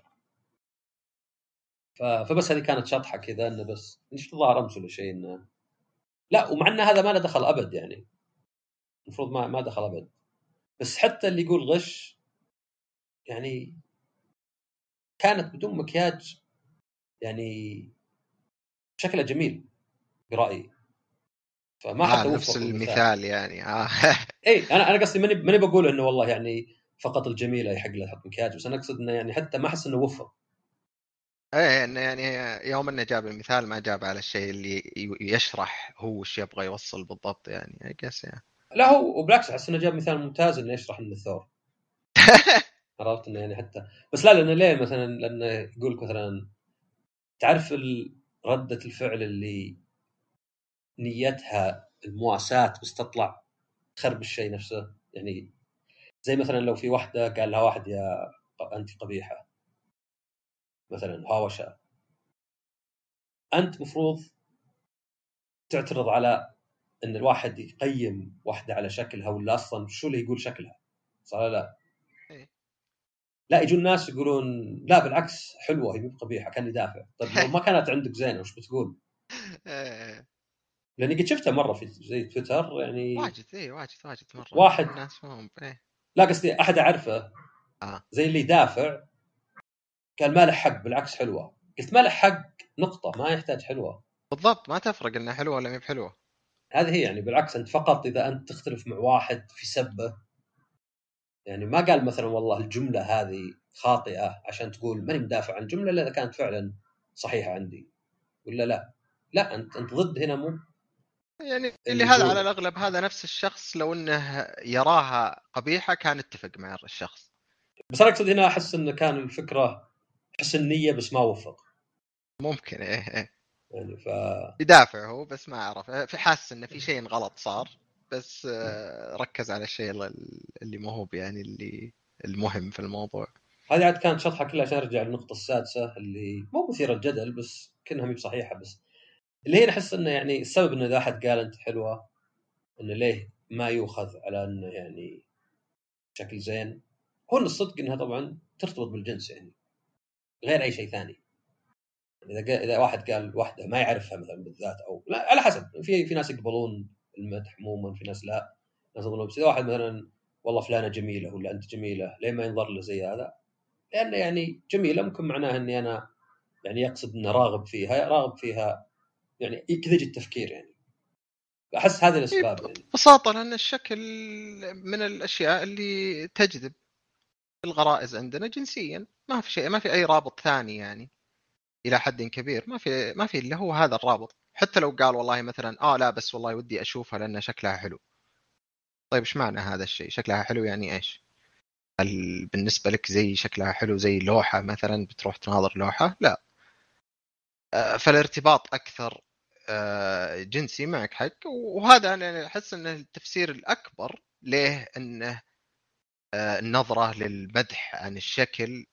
فبس هذه كانت شطحه كذا انه بس ايش الظاهر امس ولا شيء انه لا. ومع ان هذا ما له دخل ابد، يعني المفروض ما ما دخل ابد، بس حتى اللي يقول غش يعني كانت بدون مكياج يعني شكله جميل برايي، فما اه حتى نفس وفق المثال. المثال يعني اه. اي انا انا قصدي ماني ماني بقول انه والله يعني فقط الجميله يحق له يحط مكياج، بس انا اقصد انه يعني حتى ما احس انه وفق. ايه انه يعني يوم انه جاب المثال ما جاب على الشيء اللي ي- يشرح هو وش يبغى يوصل بالضبط يعني I guess يعني. لا هو وبالعكس احس انه جاب مثال ممتاز انه يشرح انه ثور. عرفت انه يعني حتى بس لا، لانه ليه مثلا لانه يقول لك مثلا تعرف ال- رده الفعل اللي نيتها المواساة بس تطلع تخرب الشيء نفسه. يعني زي مثلا لو في واحده قال لها واحد يا انت قبيحه مثلا هاوشها، انت مفروض تعترض على ان الواحد يقيم واحده على شكلها ولا اصلا شو اللي يقول شكلها، صح ولا لا؟ إيه. لا يجون الناس يقولون لا بالعكس حلوه هي مو قبيحه، كان يدافع. طيب لو ما كانت عندك زينه وش بتقول؟ إيه. لاني قد شفتها مره في زي تويتر يعني واجد ايه واجد واجد مره واحد، الناس ما هم ايه. لا قصدي احد اعرفه اه زي اللي يدافع قال ما له حق بالعكس حلوه. قلت ما له حق نقطه، ما يحتاج حلوه. بالضبط ما تفرق انها حلوه ولا مي بحلوه. هذه هي يعني بالعكس انت فقط اذا انت تختلف مع واحد في سبه، يعني ما قال مثلا والله الجمله هذه خاطئه عشان تقول ماني مدافع عن الجمله الا اذا كانت فعلا صحيحه عندي ولا لا. لا انت انت ضد هنا، مو يعني اللي اللي هذا على يقول. الاغلب هذا نفس الشخص لو انه يراها قبيحه كان اتفق مع الشخص. بس انا اقصد هنا احس انه كان الفكره حسن النيه بس ما وفق ممكن ايه ايه. يعني. ف يدافع هو بس ما عرف في حاسس انه في شيء غلط صار، بس آه، ركز على الشيء اللي مو هو يعني اللي المهم في الموضوع. هذه عاد كانت شطحه كلها عشان ارجع للنقطه السادسه اللي مو مثيره الجدل بس كانها مي بصحيحه، بس اللي هي نحس انه يعني السبب انه اذا احد قال انت حلوه انه ليه ما يؤخذ على انه يعني شكل زين. هو إن الصدق انها طبعا ترتبط بالجنس يعني غير اي شيء ثاني. اذا قال اذا واحد قال واحده ما يعرفها مثلا بالذات او لا، على حسب، في في ناس يقبلون المدح عموما، في ناس لا. ناس يقولون بس اذا واحد مثلا والله فلانه جميله ولا انت جميله ليه ما ينظر له زي هذا؟ لان يعني جميله ممكن معناها اني انا يعني يقصد انه راغب فيها راغب فيها يعني كذا يجي التفكير يعني. احس هذه الاسباب يعني. ببساطه لان الشكل من الاشياء اللي تجذب الغرائز عندنا جنسيا، ما في شيء، ما في اي رابط ثاني يعني الى حد كبير، ما في ما في الا هو هذا الرابط. حتى لو قال والله مثلا اه لا بس والله ودي اشوفها لان شكلها حلو، طيب ايش معنى هذا الشيء؟ شكلها حلو يعني ايش؟ هل بالنسبه لك زي شكلها حلو زي لوحه مثلا بتروح تناظر لوحه؟ لا. فالارتباط اكثر جنسي، معك حق. وهذا انا احس انه التفسير الاكبر ليه انه النظره للمدح عن الشكل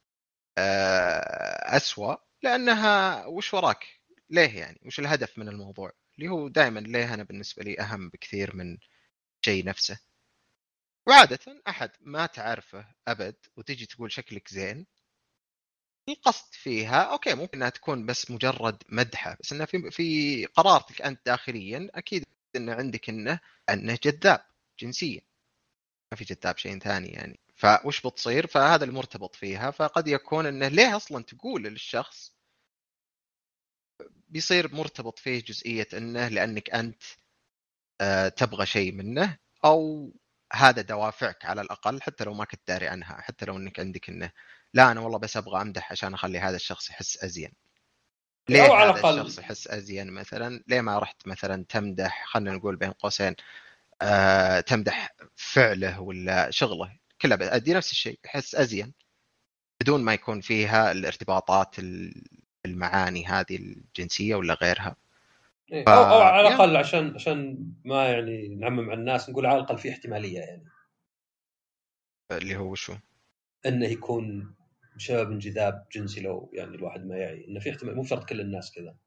أسوأ، لأنها وش وراك؟ ليه يعني؟ وش الهدف من الموضوع؟ اللي هو دائما ليه أنا بالنسبة لي أهم بكثير من شيء نفسه. وعادة أحد ما تعرفه أبد وتجي تقول شكلك زين، القصد فيها أوكي ممكن أنها تكون بس مجرد مدحة، بس أنها في في قرارتك أنت داخليا أكيد أن عندك أنه أنه جذاب جنسيا، ما في جذاب شيء ثاني يعني. فوش بتصير؟ فهذا المرتبط فيها. فقد يكون أنه ليه أصلا تقول للشخص بيصير مرتبط فيه جزئية أنه لأنك أنت تبغى شيء منه، أو هذا دوافعك على الأقل حتى لو ما كنت داري عنها، حتى لو أنك عندك أنه لا أنا والله بس أبغى أمدح عشان أخلي هذا الشخص يحس أزين. ليه او على هذا الاقل الشخص يحس أزين مثلا؟ ليه ما رحت مثلا تمدح، خلنا نقول بين قوسين آه، تمدح فعله ولا شغله كلها، أدي نفس الشيء يحس أزين بدون ما يكون فيها الارتباطات المعاني هذه الجنسية ولا غيرها. إيه، او او على يا الاقل عشان عشان ما يعني نعمم على الناس، نقول على الاقل في احتماليه يعني اللي هو شو انه يكون بسبب انجذاب جنسي، لو يعني الواحد ما يعي انه في احتمال، مو شرط كل الناس كذا.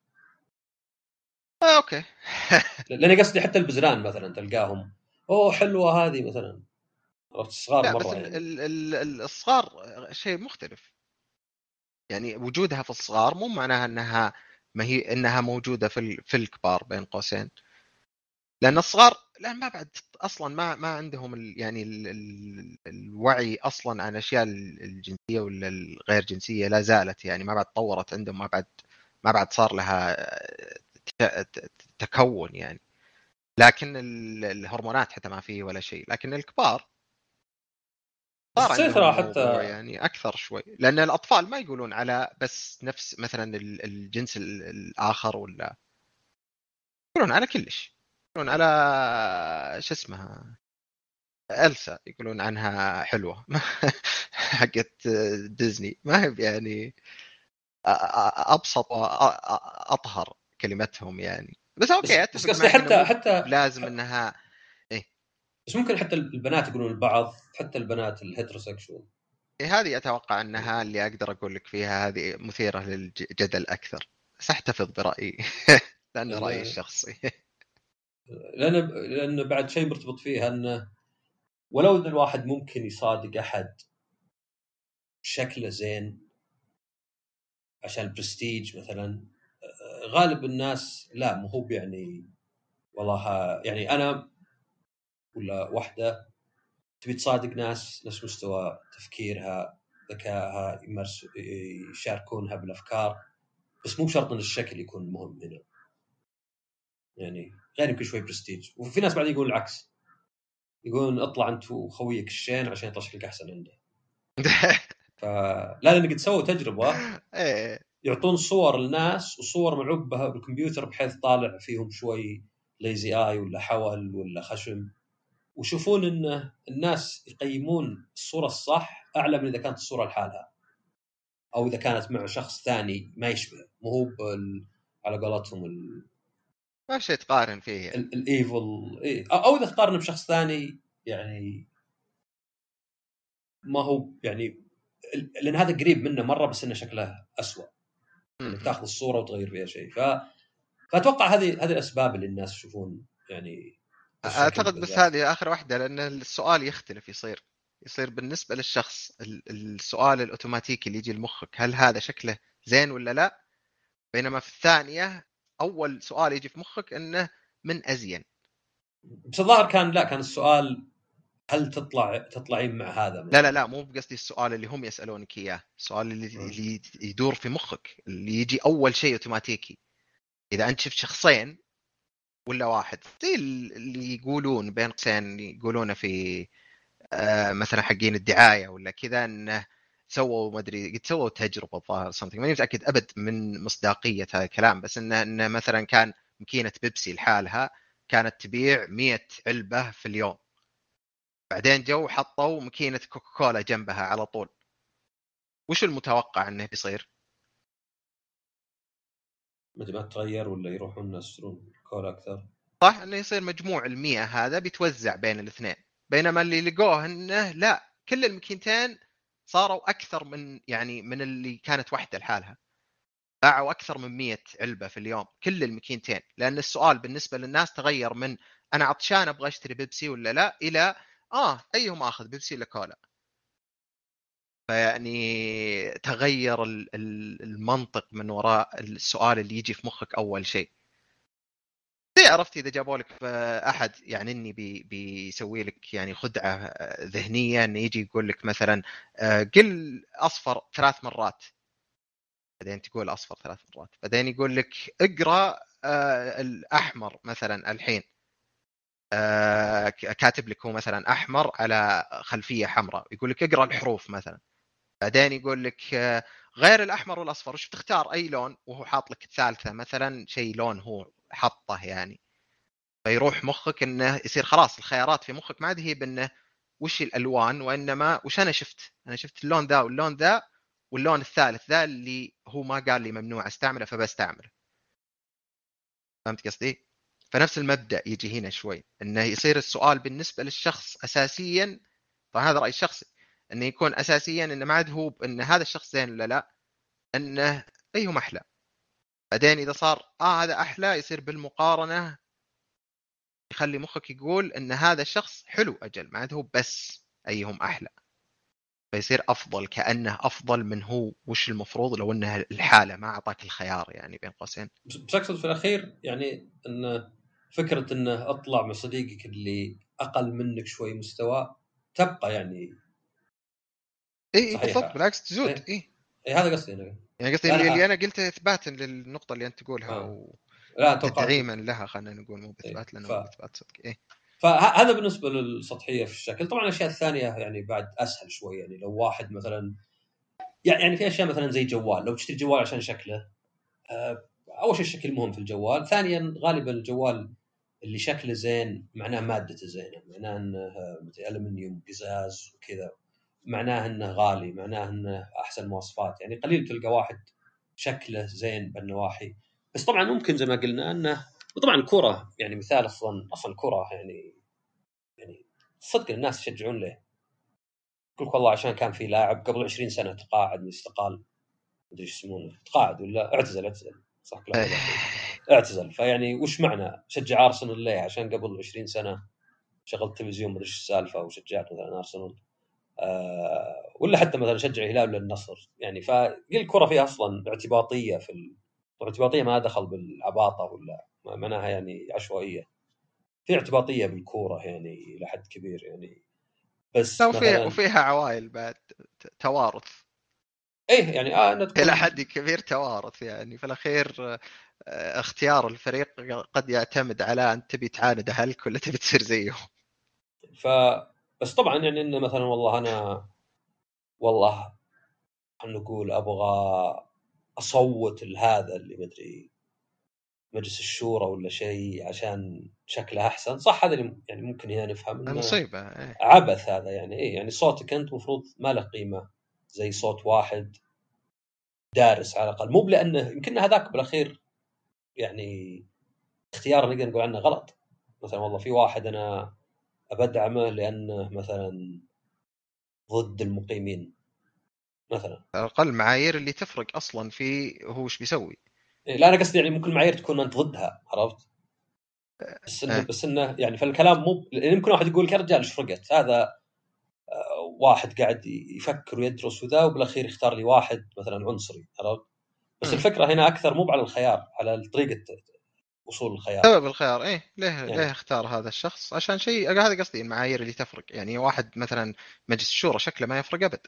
آه، اوكي. لاني قصدي حتى البزران مثلا تلقاهم اوه حلوه هذه مثلا، عرفت الصغار لا بس مره ال يعني. ال ال الصغار شيء مختلف يعني. وجودها في الصغار مو معناها انها ما هي انها موجوده في ال- في الكبار بين قوسين، لان الصغار لا ما بعد اصلا ما ما عندهم ال يعني ال ال الوعي اصلا عن الاشياء الجنسيه ولا الغير جنسيه، لا زالت يعني ما بعد طورت عندهم، ما بعد ما بعد صار لها ت- ت- تكون يعني. لكن ال- الهرمونات حتى ما فيه ولا شيء. لكن الكبار بس صار تصير عندهم ترى الموضوع حتى يعني أكثر شوي، لأن الأطفال ما يقولون على بس نفس مثلا ال- الجنس ال- الآخر، ولا يقولون على كلش. يقولون على شو اسمها إلسا، يقولون عنها حلوة حقت ديزني، ما هي يعني أ- أ- أبسط وأطهر كلمتهم يعني. بس بس أوكي بس أتفق قصدي معك إنه حتى مو حتى بلازم إنها إيه. بس ممكن حتى البنات يقولون البعض، حتى البنات الهيتروسexual. إيه، هذه أتوقع أنها اللي أقدر أقول لك فيها هذه مثيرة للجدل أكثر. سأحتفظ برأيي لأنه رأيي الشخصي. لان لان بعد شيء مرتبط فيها انه ولو ان الواحد ممكن يصادق احد شكله زين عشان البرستيج مثلا، غالب الناس لا، مو هو يعني والله يعني انا ولا واحده تبي تصادق ناس نفس مستوى تفكيرها، ذكائها، يمارس يشاركونها بالافكار، بس مو شرط ان الشكل يكون مهم هنا يعني، غير يمكن شوي برستيج. وفي ناس بعد يقول العكس، يقولون اطلع انت وخويك الشين عشان يطلع شكلك احسن عنده. فلا، لان قد سووا تجربه إيه. يعطون صور للناس وصور معبها بالكمبيوتر بحيث طالع فيهم شوي ليزي اي ولا حول ولا خشم، ويشوفون ان الناس يقيمون الصوره الصح اعلى من اذا كانت الصوره لحالها، او اذا كانت مع شخص ثاني ما يشبه، مو هو بال... على قولتهم ال... ما في شيء تقارن فيه يعني. الايفل، إيه. او اذا تقارن بشخص ثاني يعني ما هو يعني، لان هذا قريب منه مره بس انه شكله اسوء، انك م-م. تاخذ الصوره وتغير فيها شيء. ف... فاتوقع هذه هذه الاسباب اللي الناس يشوفون يعني الشكل أعتقد بس بالذات. هذه آخر واحدة، لأن السؤال يختلف. يصير يصير بالنسبة للشخص ال- السؤال الأوتوماتيكي اللي يجي لمخك هل هذا شكله زين ولا لا، بينما في الثانية أول سؤال يجي في مخك إنه من أزين. بس الظاهر كان لا، كان السؤال هل تطلع تطلعين مع هذا لا لا مثلا. لا، مو بقصدي السؤال اللي هم يسألونك إياه، السؤال اللي, اللي يدور في مخك اللي يجي أول شيء أوتوماتيكي. إذا أنت شفت شخصين ولا واحد، زي اللي يقولون بين قوسين يقولونه في آه مثلا حقين الدعايه ولا كذا، انه سووا ما ادري قد سووا تجربه الظاهر something، ماني متاكد ابد من مصداقيه هذا الكلام، بس انه انه مثلا كان ماكينه بيبسي لحالها كانت تبيع مية علبه في اليوم، بعدين جو حطوا ماكينه كوكاكولا جنبها على طول، وش المتوقع انه بيصير؟ مثل ما تغير ولا يروحون الناس يشترون كولا اكثر؟ صح، انه يصير مجموع المية هذا بيتوزع بين الاثنين، بينما اللي لقوه انه لا، كل الماكينتين صاروا اكثر من يعني من اللي كانت واحده لحالها، باعوا اكثر من مية علبه في اليوم كل الماكينتين، لان السؤال بالنسبه للناس تغير من انا عطشان ابغى اشتري بيبسي ولا لا، الى اه ايهم اخذ بيبسي ولا كولا. فيعني تغير المنطق من وراء السؤال اللي يجي في مخك اول شيء. عرفت اذا جابوا لك احد يعني اني بي بيسوي لك يعني خدعه ذهنيه، انه يجي يقول لك مثلا قل اصفر ثلاث مرات، بعدين تقول اصفر ثلاث مرات، بعدين يقول لك اقرا الاحمر مثلا الحين، كاتب لك هو مثلا احمر على خلفيه حمراء، يقول لك اقرا الحروف مثلا، بعدين يقول لك غير الاحمر والاصفر وش بتختار اي لون، وهو حاط لك الثالثه مثلا شيء لون هو حطه يعني، فيروح مخك انه يصير خلاص الخيارات في مخك ما عاد هي بانه وش الالوان، وانما وش انا شفت، انا شفت اللون ذا واللون ذا واللون الثالث ذا اللي هو ما قال لي ممنوع استعمله فبستعمله. فهمت قصدي؟ فنفس المبدا يجي هنا شوي، انه يصير السؤال بالنسبه للشخص اساسيا، طبعا هذا رايي الشخصي، انه يكون اساسيا انه ما عاد هو ان هذا الشخص زين ولا لا، انه ايهم احلى، بعدين اذا صار اه هذا احلى يصير بالمقارنه يخلي مخك يقول ان هذا الشخص حلو اجل، ما عاد هو بس ايهم احلى، فيصير افضل، كانه افضل من هو وش المفروض لو انها الحاله ما اعطاك الخيار يعني بين قوسين. بس اقصد في الاخير يعني ان فكره انه اطلع مع صديقك اللي اقل منك شوي مستوى تبقى يعني اي بالضبط، صحيحه. بالعكس تزود. ايه, اي إيه هذا قصدي انا. يعني قصدي اللي, اللي انا انا قلته اثباتا للنقطه اللي انت تقولها، آه. او لا توقعت تدعيما لها، خلينا نقول مو إيه. باثبات لانه ف... مو باثبات صدق. ايه فهذا بالنسبه للسطحيه في الشكل. طبعا الاشياء الثانيه يعني بعد اسهل شوي، يعني لو واحد مثلا يعني في اشياء مثلا زي جوال، لو تشتري جوال عشان شكله، اول شيء الشكل مهم في الجوال، ثانيا غالبا الجوال اللي شكله زين معناه مادته زينه، معناه انه مثل الومنيوم قزاز وكذا، معناه انه غالي، معناه انه احسن مواصفات، يعني قليل تلقى واحد شكله زين بالنواحي. بس طبعا ممكن زي ما قلنا انه، وطبعا الكره يعني مثال، اصلا اصلا الكره يعني يعني صدق الناس يشجعون له، يقول والله عشان كان في لاعب قبل عشرين سنه تقاعد من استقال، مدري ايش يسمونه، تقاعد ولا اعتزل اعتزل صح كلام الاخير، اعتزل. فيعني وش معنى شجع ارسنال ليه؟ عشان قبل عشرين سنه شغلت تلفزيون مدري ايش السالفه وشجعت مثلا ارسنال، آه ولا حتى مثلا شجع الهلال ولا النصر يعني. فالكره فيها اصلا اعتباطيه في ال... اعتباطيه ما دخل بالعباطه ولا معناها يعني عشوائيه، في اعتباطيه بالكوره يعني الى حد كبير يعني. لا، بس وفيها مثلا وفيها عوائل بعد، توارث ايه يعني اه انه الى تكون حد كبير، توارث يعني في الاخير. آه، اختيار الفريق قد يعتمد على انت تبي تعاند اهلك ولا تبي تصير زيهم. ف بس طبعا يعني انه مثلا والله انا والله نقول ابغى اصوت لهذا اللي مدري مجلس الشورى ولا شيء عشان شكله احسن، صح هذا اللي يعني ممكن هنا نفهم انه المصيبه ايه. عبث هذا يعني. ايه يعني صوتك انت مفروض ما له قيمه زي صوت واحد دارس على الاقل، مو لانه يمكن هذاك بالاخير يعني اختيار نقدر نقول عنه غلط، مثلا والله في واحد انا ابدعمه لانه مثلا ضد المقيمين مثلا. على الاقل المعايير اللي تفرق اصلا في هو ايش بيسوي. إيه لا انا قصدي يعني ممكن المعايير تكون انت ضدها، عرفت؟ بس انه ايه بس انه يعني فالكلام مو يعني يمكن واحد يقول لك يا رجال ايش فرقت هذا، واحد قاعد يفكر ويدرس وذا وبالاخير يختار لي واحد مثلا عنصري، عرفت؟ بس مم. الفكره هنا اكثر مو على الخيار، على طريقه وصول الخيار سبب الخيار ايه، ليه ليه يعني. اختار هذا الشخص عشان شيء، هذا قصدي المعايير اللي تفرق يعني. واحد مثلا مجلس الشورى شكله ما يفرق ابد،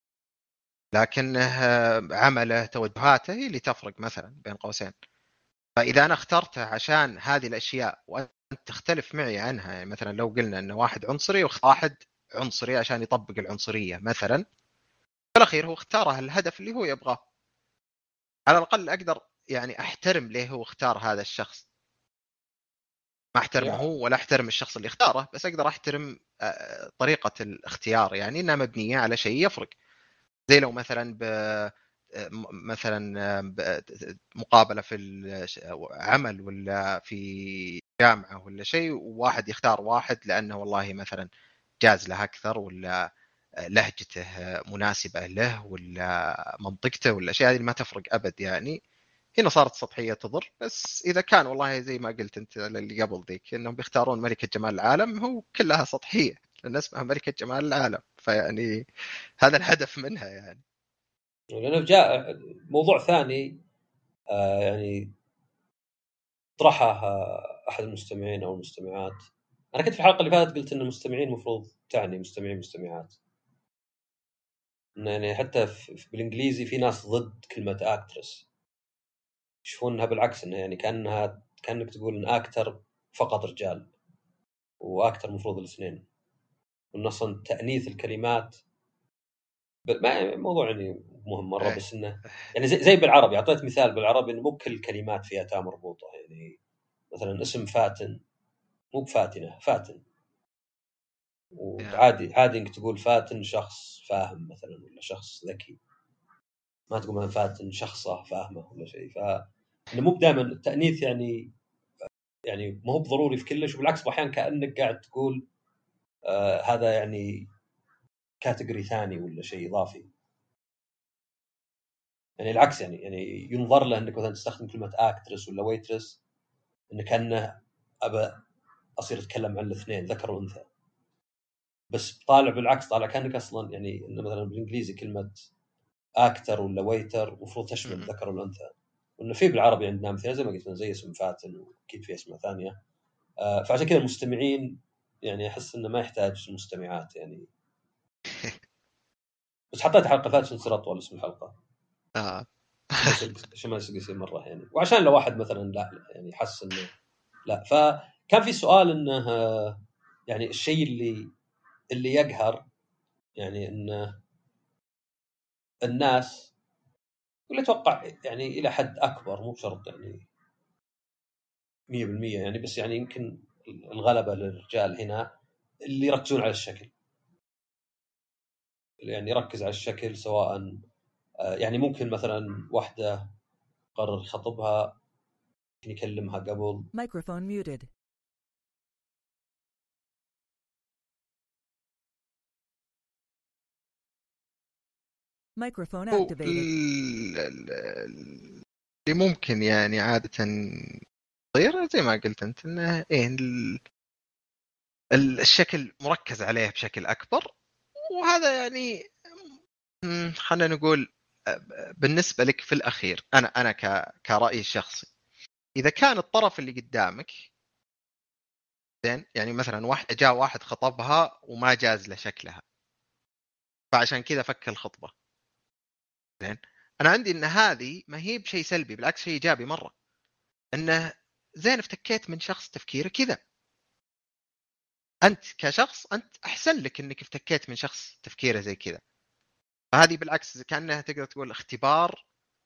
لكن عمله توجهاته هي اللي تفرق مثلا بين قوسين. فإذا أنا اخترته عشان هذه الأشياء وأنت تختلف معي عنها، يعني مثلا لو قلنا أن واحد عنصري وواحد عنصري عشان يطبق العنصرية مثلا، في الأخير هو اختاره الهدف اللي هو يبغاه، على الأقل أقدر يعني أحترم ليه هو اختار هذا الشخص. ما أحترمه يعني هو ولا أحترم الشخص اللي اختاره، بس أقدر أحترم طريقة الاختيار، يعني إنها مبنية على شيء يفرق. زي لو مثلا ب مثلا مقابله في العمل ولا في جامعه ولا شيء، وواحد يختار واحد لانه والله مثلا جاز له اكثر، ولا لهجته مناسبه له، ولا منطقته، ولا شيء، هذه ما تفرق ابد. يعني هنا صارت سطحيه تضر. بس اذا كان والله زي ما قلت انت اللي قبل ذيك انهم بيختارون ملكه جمال العالم، هو كلها سطحيه لان اسمها ملكه جمال العالم، فيعني هذا الهدف منها. يعني لأنه جاء موضوع ثاني آه يعني طرحه آه أحد المستمعين أو المستمعات. أنا كنت في الحلقة اللي فاتت قلت إن المستمعين المفروض تعني مستمعين مستمعات، يعني حتى في بالإنجليزي في ناس ضد كلمة أكترس، يشوفونها بالعكس، إنها يعني كأنها كأنك تقول إن أكتر فقط رجال وأكتر مفروض الاثنين، وإن أصلا تأنيث الكلمات ما موضوع يعني مهم مرة، بس إنه يعني زي, زي بالعربي. أعطيت مثال بالعربي إنه مو بكل الكلمات فيها تاء مربوطة، يعني مثلا اسم فاتن مو بفاتنة، فاتن. وعادي عادي إنك تقول فاتن شخص فاهم مثلا، ولا شخص ذكي، ما تقول مثلا فاتن شخصة فاهمة ولا شيء. فإنه مو دائما التأنيث يعني يعني ما هو بضروري في كلش، وبالعكس أحيانا كأنك قاعد تقول آه هذا يعني كاتيجوري ثاني ولا شيء إضافي. يعني العكس، يعني يعني ينظر له انك مثلا تستخدم كلمه اكترس ولا ويترس انك كانه ابى اصير اتكلم عن الاثنين ذكر وانثى، بس طالع بالعكس، طالع كانك اصلا يعني انه مثلا بالانجليزي كلمه اكتر ولا ويتر المفروض تشمل الذكر والانثى، وانه في بالعربي عندنا مثلا زي ما قلت زي اسم فاتن، واكيد في اسماء ثانيه. آه فعشان كذا المستمعين يعني احس انه ما يحتاج المستمعات يعني. بس حطيت حلقه فاتت تصير اطول اسم الحلقه اه عشان ما يصير عشان ما يصير مره يعني، وعشان لو واحد مثلا لا يعني حس انه لا. فكان في سؤال انه يعني الشيء اللي اللي يقهر يعني انه الناس، واللي اتوقع يعني الى حد اكبر مو بشرط يعني مية بالمية يعني، بس يعني يمكن الغلبة للرجال هنا اللي يركزون على الشكل. يعني يركز على الشكل، سواء يعني ممكن مثلا واحدة قرر يخطبها يكلمها قبل Microphone muted. Microphone activated. اللي ممكن يعني عادة تصير زي ما قلت انت انه ايه الشكل مركز عليه بشكل اكبر، وهذا يعني خلينا نقول بالنسبة لك في الاخير، انا انا كرأيي الشخصي، اذا كان الطرف اللي قدامك زين، يعني مثلا واحد جاء واحد خطبها وما جاز له شكلها فعشان كذا فك الخطبة، زين، انا عندي ان هذه ما هي بشيء سلبي، بالعكس شيء ايجابي مرة، انه زين افتكيت من شخص تفكيره كذا. انت كشخص انت احسن لك انك افتكيت من شخص تفكيره زي كذا، فهذه بالعكس كانها تقدر تقول اختبار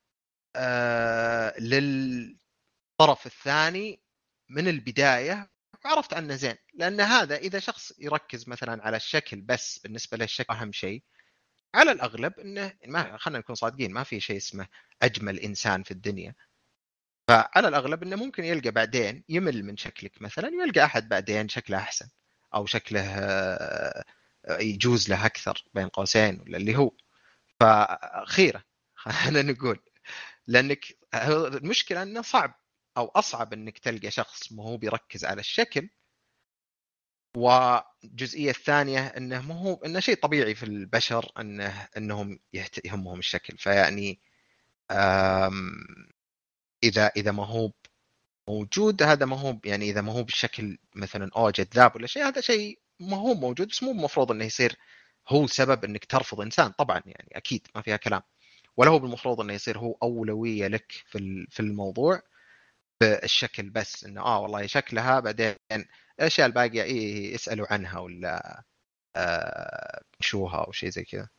آه للطرف الثاني من البدايه، وعرفت عنه زين. لان هذا اذا شخص يركز مثلا على الشكل بس، بالنسبه له الشكل اهم شيء، على الاغلب انه ما خلينا نكون صادقين، ما في شيء اسمه اجمل انسان في الدنيا، فعلى الاغلب انه ممكن يلقى بعدين يمل من شكلك مثلا، ويلقى احد بعدين شكله احسن او شكله يجوز له اكثر بين قوسين، ولا اللي هو فخيره خلينا نقول. لانك المشكله انه صعب او اصعب انك تلقى شخص ما هو بيركز على الشكل، والجزئيه الثانيه انه ما هو انه شيء طبيعي في البشر انه انهم يهمهم الشكل. فيعني اذا اذا ما هو موجود، هذا ما هو يعني اذا ما هو بالشكل مثلا او جذاب ولا شيء، هذا شيء ما هو موجود، بس مو المفروض انه يصير هو سبب انك ترفض انسان طبعا، يعني اكيد ما فيها كلام، ولا هو بالمفروض انه يصير هو اولويه لك في في الموضوع. بالشكل بس انه اه والله شكلها، بعدين الاشياء الباقيه ايه يسالوا عنها ولا آه شوها او شيء زي كذا.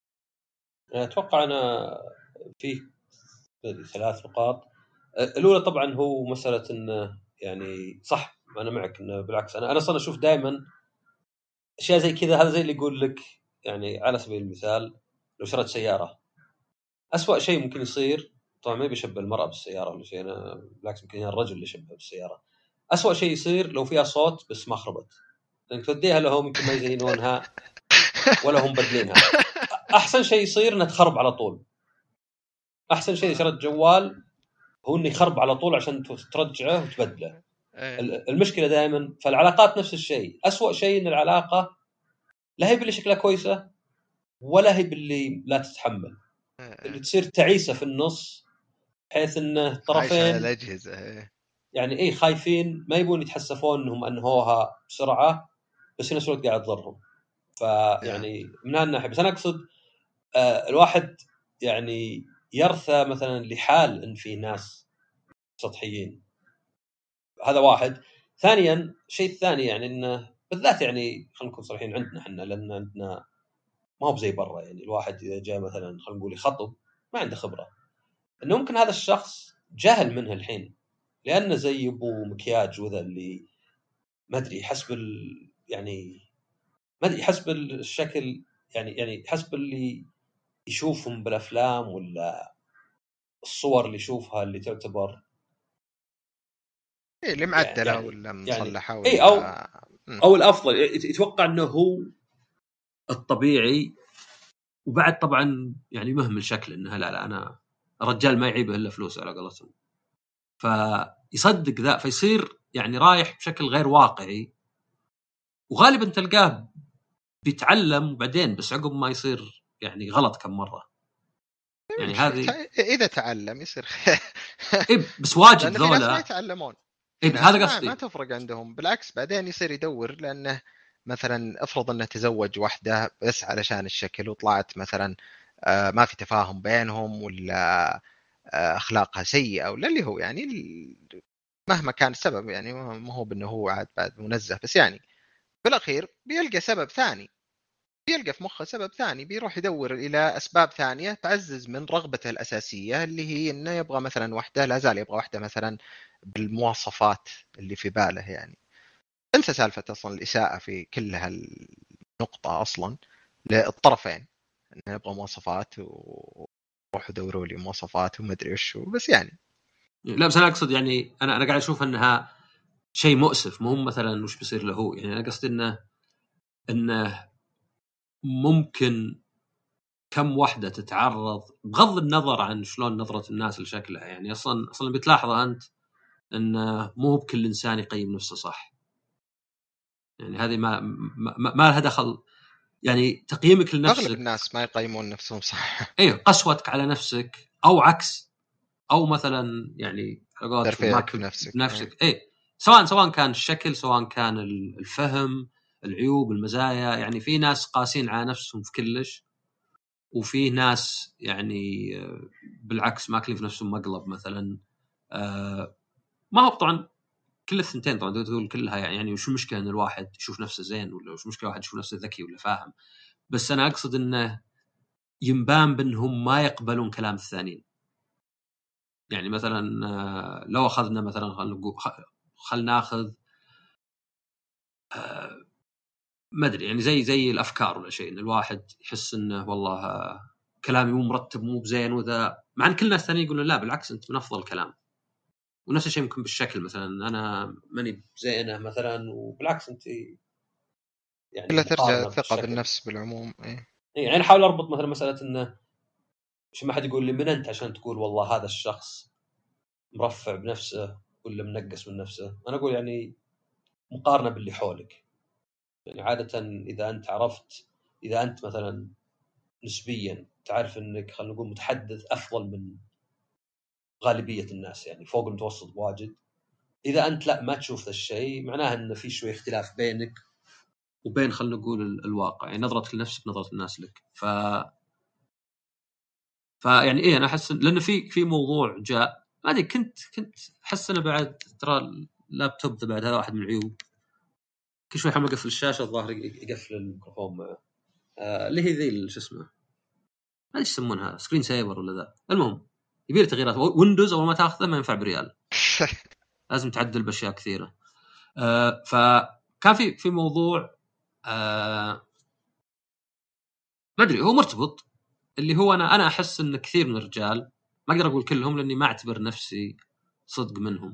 اتوقع انا في ثلاث نقاط. الاولى طبعا هو مساله انه يعني صح، انا معك انه بالعكس، انا انا اصلا اشوف دائما اشياء زي كذا. هذا زي اللي يقول لك يعني على سبيل المثال لو شريت سياره، أسوأ شيء ممكن يصير، طبعا ما بيشبه المرأة بالسيارة ولا شيء، أنا بالعكس يمكن الرجل اللي يشبه بالسيارة. أسوأ شيء يصير لو فيها صوت بس ما خربت، لأنك توديها لهم يمكن ما يزينونها ولا هم بدلينها. أحسن شيء يصير إنها تخرب على طول. أحسن شيء شريت جوال هو إنه يخرب على طول عشان ترجعه وتبدله. المشكلة دائما فالعلاقات نفس الشيء. أسوأ شيء إن العلاقة لا هي باللي شكلها كويسة ولا هي باللي لا تتحمل، اللي تصير تعيسة في النص، بحيث إنه عايش على الطرفين الاجهزه. يعني ايه خايفين، ما يبون يتحسفون انهم انهوها بسرعه، بس في نفس الوقت قاعد تضرهم. فيعني من هالناحيه بس انا اقصد آه الواحد يعني يرثى مثلا لحال ان في ناس سطحيين، هذا واحد. ثانيا الشيء الثاني يعني انه بالذات يعني خلينا نكون صريحين عندنا احنا، لان عندنا ما هو زي برا. يعني الواحد اذا جاء مثلا خلينا نقول يخطب ما عنده خبره، انه ممكن هذا الشخص جهل منه الحين، لانه زي ابو مكياج وذا اللي ما ادري حسب ال... يعني ما ادري حسب الشكل، يعني يعني حسب اللي يشوفهم بالافلام ولا الصور اللي يشوفها اللي تعتبر إيه اللي يعني معدله يعني ولا يعني مصلحه اي او ولا م. او الافضل يتوقع انه هو الطبيعي. وبعد طبعا يعني مهمل شكل انها لا لا انا الرجال ما يعيبه الا فلوس على قولتهم، فيصدق ذا فيصير يعني رايح بشكل غير واقعي، وغالبا تلقاه بيتعلم بعدين بس عقب ما يصير يعني غلط كم مره. يعني هذه اذا تعلم يصير إيه بس واجد لان في ناس ما ذولا. يتعلمون، إيه في بس ناس هذا ما ما قصدي. تفرق عندهم، بالعكس بعدين يصير يدور. لانه مثلا افرض انه تزوج واحده بس علشان الشكل وطلعت مثلا ما في تفاهم بينهم ولا اخلاقها سيئه ولا اللي هو يعني مهما كان السبب، يعني ما هو بانه هو عاد بعد منزه، بس يعني بالاخير بيلقى سبب ثاني، بيلقى في مخه سبب ثاني، بيروح يدور الى اسباب ثانيه تعزز من رغبته الاساسيه اللي هي انه يبغى مثلا واحده، لا زال يبغى واحده مثلا بالمواصفات اللي في باله. يعني انسى سالفه اصلا الاساءه في كل هالنقطه اصلا للطرفين، انه يبغى مواصفات وروحوا دوروا لي مواصفات وما ادري وش، بس يعني لا بس انا اقصد يعني انا انا قاعد اشوف انها شيء مؤسف، مو مثلا وش بيصير له هو. يعني انا قصدي انه انه ممكن كم واحده تتعرض بغض النظر عن شلون نظره الناس لشكلها. يعني اصلا اصلا بتلاحظها انت انه مو بكل انسان يقيم نفسه صح. يعني هذه ما ما, ما لها دخل. يعني تقييمك اغلب لنفسك الناس ما يقيمون نفسهم صح. ايوه قسوتك على نفسك او عكس، او مثلا يعني قولتهم ما ترفيعك في كنت نفسك ايه. بنفسك اي، سواء سواء كان الشكل سواء كان الفهم العيوب المزايا. يعني في ناس قاسين على نفسهم في كلش، وفي ناس يعني بالعكس ماكلين في نفسهم مقلب مثلا. آه ما هو طبعا كل الثنتين طبعا تقول كلها يعني وش المشكله ان الواحد يشوف نفسه زين ولا وش المشكله واحد يشوف نفسه ذكي ولا فاهم. بس انا اقصد انه ينبان بانهم ما يقبلون كلام الثانيين. يعني مثلا لو اخذنا مثلا خلينا نقول خلينا ناخذ ما ادري يعني زي زي الافكار ولا شيء، ان الواحد يحس انه والله كلامي مو مرتب مو بزين وذا، مع ان كل الناس الثانيين يقولون لا بالعكس انت من افضل الكلام. ونفس الشيء ممكن بالشكل، مثلا انا ماني زينه مثلا وبالعكس انت يعني كلها ترجع مقارنه الثقة بالشكل. بالنفس بالعموم ايه. يعني احاول اربط مثلا مساله انه مش ما حد يقول لي من انت عشان تقول والله هذا الشخص مرفع بنفسه ولا منقص من نفسه. انا اقول يعني مقارنه باللي حولك. يعني عاده اذا انت عرفت، اذا انت مثلا نسبيا تعرف انك خلينا نقول متحدث افضل من غالبيه الناس، يعني فوق المتوسط بواجد، اذا انت لا ما تشوف ذا الشيء معناه انه في شوي اختلاف بينك وبين خلينا نقول الواقع. يعني نظرتك لنفسك نظره الناس لك. ف فيعني ايه انا احس لانه في في موضوع جاء ما ادري كنت كنت احس انه بعد ترى اللابتوب بعد هذا واحد من العيوب، كل شوي حمل اقفل الشاشه الظاهر يقفل الميكروفون معه. آه اللي هي ذي شو اسمه، ما ايش يسمونها، سكرين سيفر ولا ذا. المهم يبي تغييرات ويندوز اول ما تاخذه ما ينفع بريال لازم تعدل باشياء كثيره. آه فكان في في موضوع آه ما ادري هو مرتبط، اللي هو انا انا احس ان كثير من الرجال، ما اقدر اقول كلهم لاني ما اعتبر نفسي صدق منهم،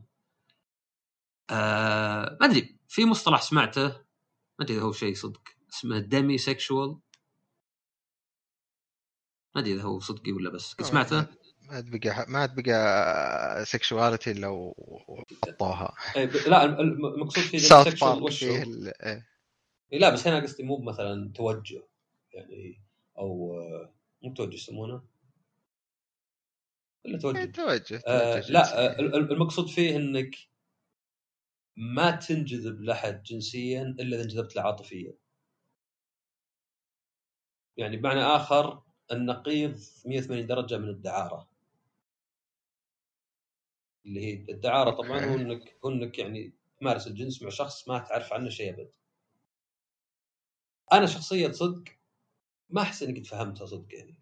آه ما ادري في مصطلح سمعته ما ادري اذا هو شيء صدق اسمه ديمي سيكشوال، ما ادري اذا هو صدقي ولا بس قد سمعته. ما ما تبقى ما تبقى سكشواليتي لو حطوها. إيه ب... لا الم- المقصود فيه ديمي ساوث سيكشوال بارك وشو؟ فيه ال... إيه. إيه لا بس هنا قصدي مو مثلا توجه يعني، او آه، مو توجه يسمونه الا إيه، توجه. توجه توجه آه لا جنسي. آه ال- المقصود فيه انك ما تنجذب لحد جنسيا الا اذا انجذبت له عاطفيا. يعني بمعنى اخر النقيض مئة وثمانين درجه من الدعاره، اللي هي الدعاره طبعا هو اوكي. انك هو انك يعني تمارس الجنس مع شخص ما تعرف عنه شيء ابد. انا شخصيا صدق ما احس اني قد فهمتها صدق يعني.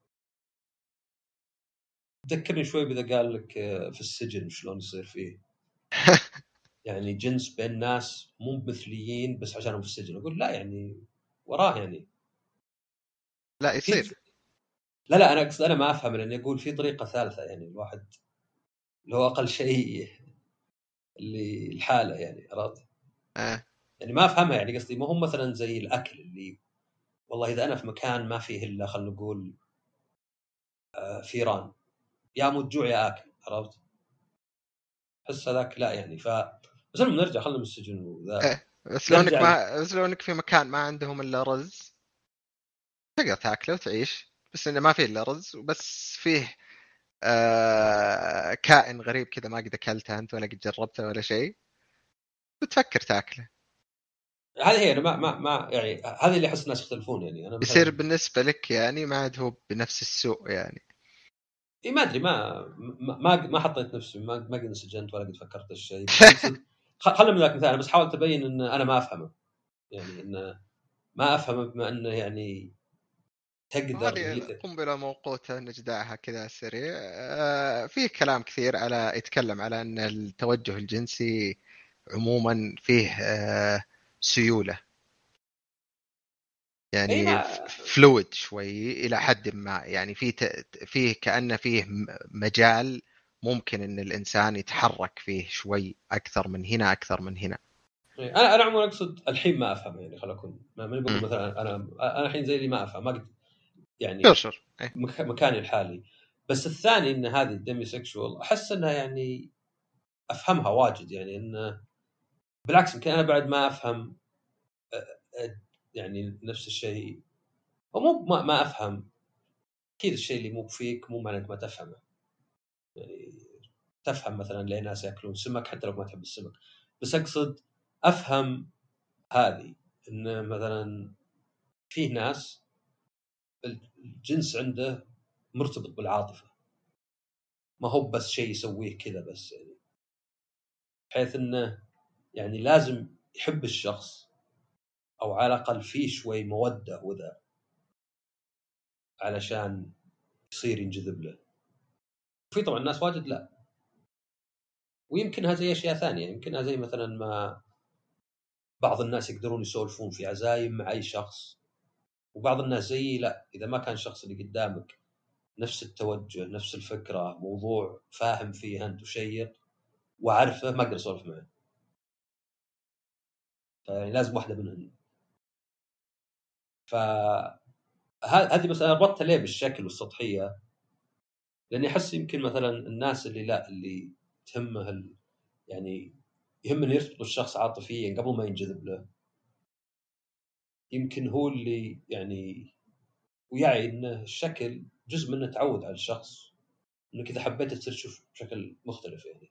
تذكرني شوي بإذا قال لك آه، في السجن شلون يصير فيه يعني جنس بين ناس مو مثليين بس عشانهم في السجن. اقول لا يعني وراه يعني لا في. يصير. لا لا انا اقصد انا ما افهم لاني اقول في طريقه ثالثه يعني الواحد اللي هو اقل شيء اللي الحاله يعني عرفت آه. يعني ما افهمها. يعني قصدي ما هم مثلا زي الاكل اللي والله اذا انا في مكان ما فيه الا خلينا نقول آه، فيران يا موت جوع يا اكل عرفت. احس هذاك لا يعني ف بس المهم نرجع خلينا من السجن وذا. إيه. بس لو انك نرجع ل... ما بس لو انك في مكان ما عندهم الا رز تقدر تاكله وتعيش، بس انه ما فيه الا رز وبس فيه آه كائن غريب كذا ما قد اكلته انت ولا قد جربته ولا شيء، بتفكر تاكله. هذه هي انا ما ما ما يعني هذه اللي احس الناس يختلفون يعني. انا يصير مثلا بالنسبة لك يعني ما عاد هو بنفس السوء يعني. اي ما ادري ما ما ما حطيت نفسي ما ما قد انسجنت ولا قد فكرت الشيء. بس اقصد خ- خلنا من ذاك المثال. انا بس حاولت ابين ان انا ما افهمه يعني ان ما افهمه بما انه يعني تقدر هذه ي... قنبلة موقوتة نجدعها كذا على السريع. آه، فيه كلام كثير على يتكلم على أن التوجه الجنسي عموما فيه آه، سيولة، اي يعني ما فلويد شوي إلى حد ما، يعني فيه ت- فيه كأنه فيه م- مجال ممكن أن الإنسان يتحرك فيه شوي أكثر من هنا أكثر من هنا. انا انا عموما اقصد الحين ما افهم يعني. خلينا اكون ما ماني بقول مم. مثلا انا انا الحين زي اللي ما افهم ما قد شور يعني شور إيه. مك... مكاني الحالي. بس الثاني ان هذه الديمي سيكشوال احس انها يعني افهمها واجد يعني انه بالعكس يمكن انا بعد ما افهم أ- أ- يعني نفس الشيء. او مو ما, ما افهم اكيد الشيء اللي مو فيك مو معنى انك ما تفهمه يعني. تفهم مثلا ليه ناس ياكلون سمك حتى لو ما تحب السمك. بس اقصد افهم هذه ان مثلا فيه ناس الجنس عنده مرتبط بالعاطفه، ما هو بس شيء يسويه كذا بس يعني. بحيث انه يعني لازم يحب الشخص او على الاقل فيه شوي موده وذا علشان يصير ينجذب له. في طبعا ناس واجد لا. ويمكنها زي اشياء ثانيه، يمكنها زي مثلا ما بعض الناس يقدرون يسولفون في عزايم مع اي شخص، وبعض الناس زيي لا، اذا ما كان الشخص اللي قدامك نفس التوجه نفس الفكره موضوع فاهم فيه انت وشيق وعارفه ما اقدر اسولف معه. فيعني لازم واحده منهن. فهذه بس انا ربطتها ليه بالشكل والسطحيه، لاني احس يمكن مثلا الناس اللي لا اللي تهمه ال... يعني يهم انه يرتبط بالشخص عاطفيا قبل ما ينجذب له، يمكن هو اللي يعني ويعي انه الشكل جزء منه تعود على الشخص، انك اذا حبيت تصير تشوف بشكل مختلف يعني.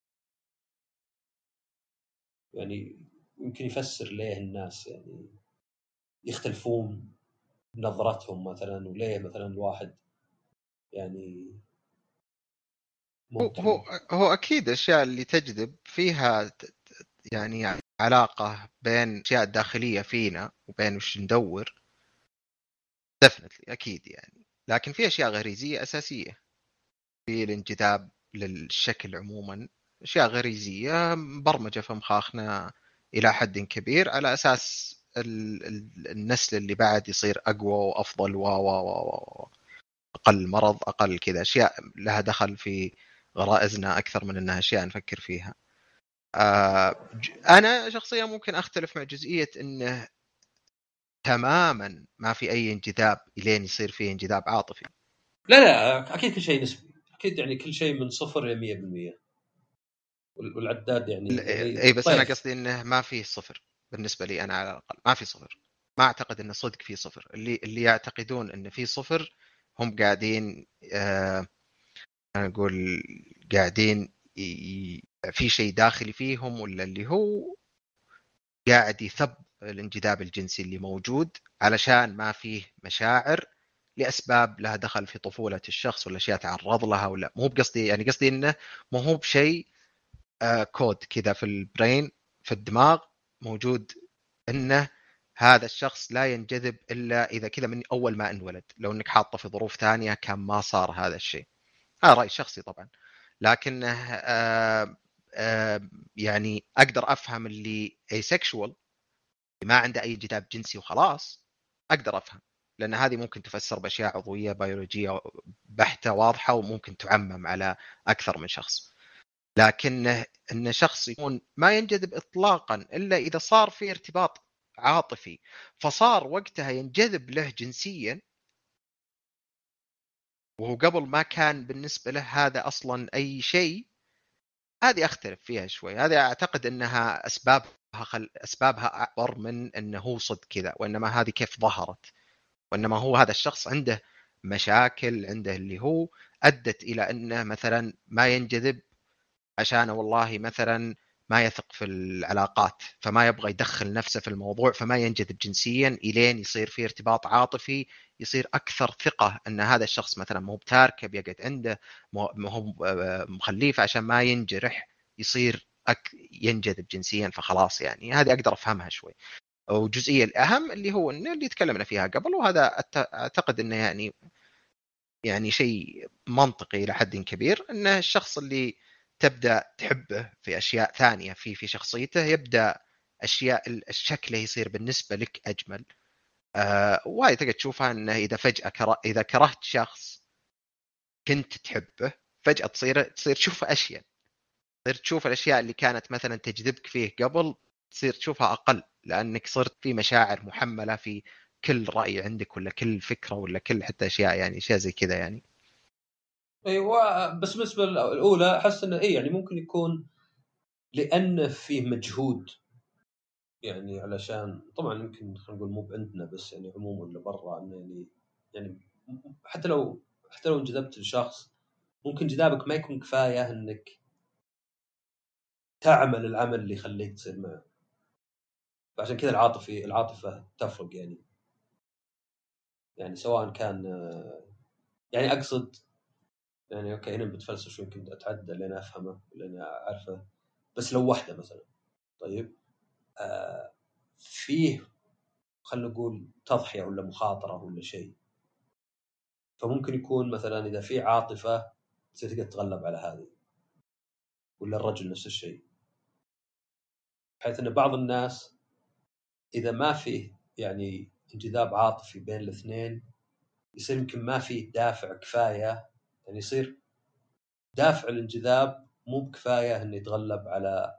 يعني يمكن يفسر ليه الناس يعني يختلفون بنظرتهم مثلا، وليه مثلا الواحد يعني هو ممكن. هو هو اكيد الاشياء اللي تجذب فيها يعني علاقه بين اشياء داخليه فينا وبين وش ندور، دفنتلي اكيد يعني. لكن في اشياء غريزيه اساسيه في الانجذاب للشكل عموما، اشياء غريزيه مبرمجه في مخاخنا الى حد كبير، على اساس النسل اللي بعد يصير اقوى وافضل و و اقل مرض اقل كذا، اشياء لها دخل في غرائزنا اكثر من انها اشياء نفكر فيها. انا شخصيا ممكن اختلف مع جزئيه انه تماما ما في اي انجذاب الين يصير فيه انجذاب عاطفي. لا لا اكيد كل شيء نسبي، اكيد يعني كل شيء من صفر الى مية بالمية، والعداد يعني يعني اي بس انا طيف. قصدي انه ما فيه صفر. بالنسبه لي انا على الاقل ما في صفر. ما اعتقد انه صدق في صفر. اللي اللي يعتقدون انه في صفر هم قاعدين آه انا اقول قاعدين ي... في شيء داخلي فيهم، ولا اللي هو قاعد يثب الانجذاب الجنسي اللي موجود علشان ما فيه مشاعر لاسباب لها دخل في طفوله الشخص ولا اشياء تعرض لها، ولا مو بقصدي يعني قصدي انه مو هو بشيء آه كود كذا في البرين في الدماغ موجود، انه هذا الشخص لا ينجذب الا اذا كذا من اول ما انولد. لو انك حاطه في ظروف ثانيه كان ما صار هذا الشيء. هذا راي شخصي طبعا. لكن آه آه يعني اقدر افهم اللي asexual ما عنده اي انجذاب جنسي وخلاص، اقدر افهم، لان هذه ممكن تفسر باشياء عضويه بيولوجيه بحته واضحه وممكن تعمم على اكثر من شخص. لكن ان شخص يكون ما ينجذب اطلاقا الا اذا صار في ارتباط عاطفي فصار وقتها ينجذب له جنسيا، وهو قبل ما كان بالنسبه له هذا اصلا اي شيء، هذه اختلف فيها شوي. هذه اعتقد انها اسبابها خل... اسبابها اكبر من انه هو صدق كذا، وانما هذه كيف ظهرت، وانما هو هذا الشخص عنده مشاكل عنده اللي هو ادت الى انه مثلا ما ينجذب عشان والله مثلا ما يثق في العلاقات، فما يبغى يدخل نفسه في الموضوع، فما ينجذب جنسيا الين يصير في ارتباط عاطفي يصير اكثر ثقه ان هذا الشخص مثلا مو بتاركه بيقعد عنده، مو هو مخليه عشان ما ينجرح، يصير أك ينجذب جنسيا فخلاص. يعني هذه اقدر افهمها شوي. وجزئيه الاهم اللي هو انه اللي تكلمنا فيها قبل، وهذا اعتقد انه يعني يعني شيء منطقي الى حد كبير، ان الشخص اللي تبدا تحبه في اشياء ثانيه في في شخصيته يبدا اشياء الشكل يصير بالنسبه لك اجمل. آه وهي تقدر تشوفها انه اذا فجاه كره اذا كرهت شخص كنت تحبه فجاه تصير تصير تشوف اشياء، تصير تشوف الاشياء اللي كانت مثلا تجذبك فيه قبل تصير تشوفها اقل، لانك صرت في مشاعر محمله في كل راي عندك ولا كل فكره ولا كل حتى اشياء يعني اشياء زي كذا يعني. ايوه بس بالنسبه الاولى احس انه اي يعني ممكن يكون لانه فيه مجهود، يعني علشان طبعا يمكن خلينا نقول مو عندنا بس يعني عموما لبرا انه يعني يعني حتى لو حتى لو انجذبت لشخص ممكن جذابك ما يكون كفايه انك تعمل العمل اللي يخليك تصير معه، فعشان كذا العاطفي العاطفه تفرق يعني. يعني سواء كان يعني اقصد يعني اوكي هنا بتفلسف شوي يمكن اتعدى لين افهمه لين اعرفه، بس لو واحده مثلا طيب آه فيه خلينا نقول تضحيه ولا مخاطره ولا شيء، فممكن يكون مثلا اذا في عاطفه تصير تقدر تتغلب على هذه، ولا الرجل نفس الشيء، بحيث ان بعض الناس اذا ما فيه يعني انجذاب عاطفي بين الاثنين يصير يمكن ما فيه دافع كفايه، يعني يصير دافع الانجذاب مو بكفايه انه يتغلب على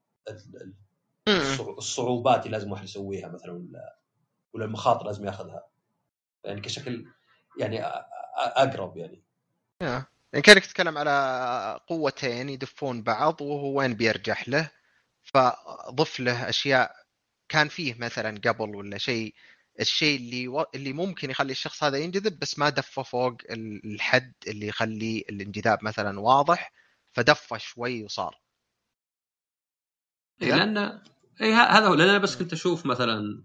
الصعوبات اللي لازم واحد يسويها مثلا، ولا ولا المخاطر لازم ياخذها، يعني كشكل يعني اقرب يعني. يعني كانك تتكلم على قوتين يدفون بعض وهو وين بيرجح له، فضف له اشياء كان فيه مثلا قبل ولا شيء، الشيء اللي و... اللي ممكن يخلي الشخص هذا ينجذب بس ما دفه فوق الحد اللي يخلي الانجذاب مثلا واضح، فدفه شوي وصار اي كذا. لان اي هذا هو، لان انا بس كنت اشوف مثلا